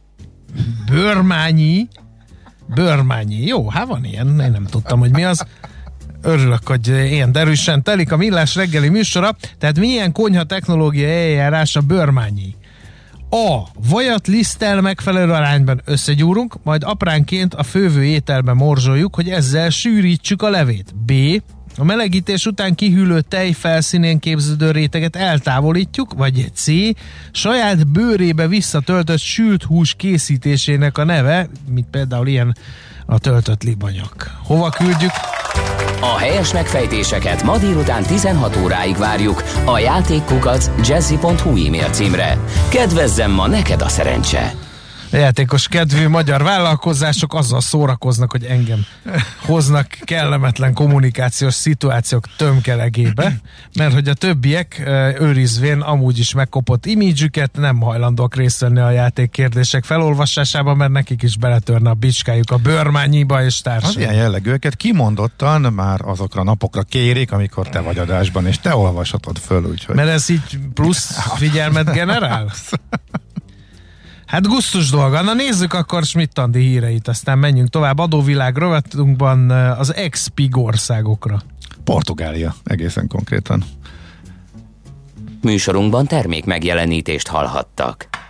Bőrmányi. Jó, hát van ilyen, én nem tudtam, hogy mi az. Örülök, hogy ilyen derűsen telik a Millás reggeli műsora. Tehát milyen konyhatechnológiai eljárása Bőrmányi? A. Vajat liszttel megfelelő arányban összegyúrunk, majd apránként a fővő ételbe morzsoljuk, hogy ezzel sűrítsük a levét. B. A melegítés után kihűlő tej felszínén képződő réteget eltávolítjuk, vagy C. Saját bőrébe visszatöltött sült hús készítésének a neve, mint például ilyen a töltött libanyak. Hova küldjük? A helyes megfejtéseket ma délután 16 óráig várjuk a játékkukac@jazzy.hu e-mail címre. Kedvezzem ma neked a szerencse! A játékos kedvű magyar vállalkozások azzal szórakoznak, hogy engem hoznak kellemetlen kommunikációs szituációk tömkelegébe, mert hogy a többiek őrizvén amúgy is megkopott imidzsüket nem hajlandóak részt venni a játékkérdések felolvasásában, mert nekik is beletörne a bicskájuk a Bőrmányiba és társai. Az ilyen jellegűeket kimondottan már azokra a napokra kérik, amikor te vagy adásban, és te olvashatod föl, úgyhogy... Mert ez így plusz figyelmet generál? Hát gusztus dolga. Na nézzük akkor Schmidt-Andi híreit, aztán menjünk tovább. Adóvilág rovatunkban az ex-PIG országokra. Portugália, egészen konkrétan. Műsorunkban termék megjelenítést hallhattak.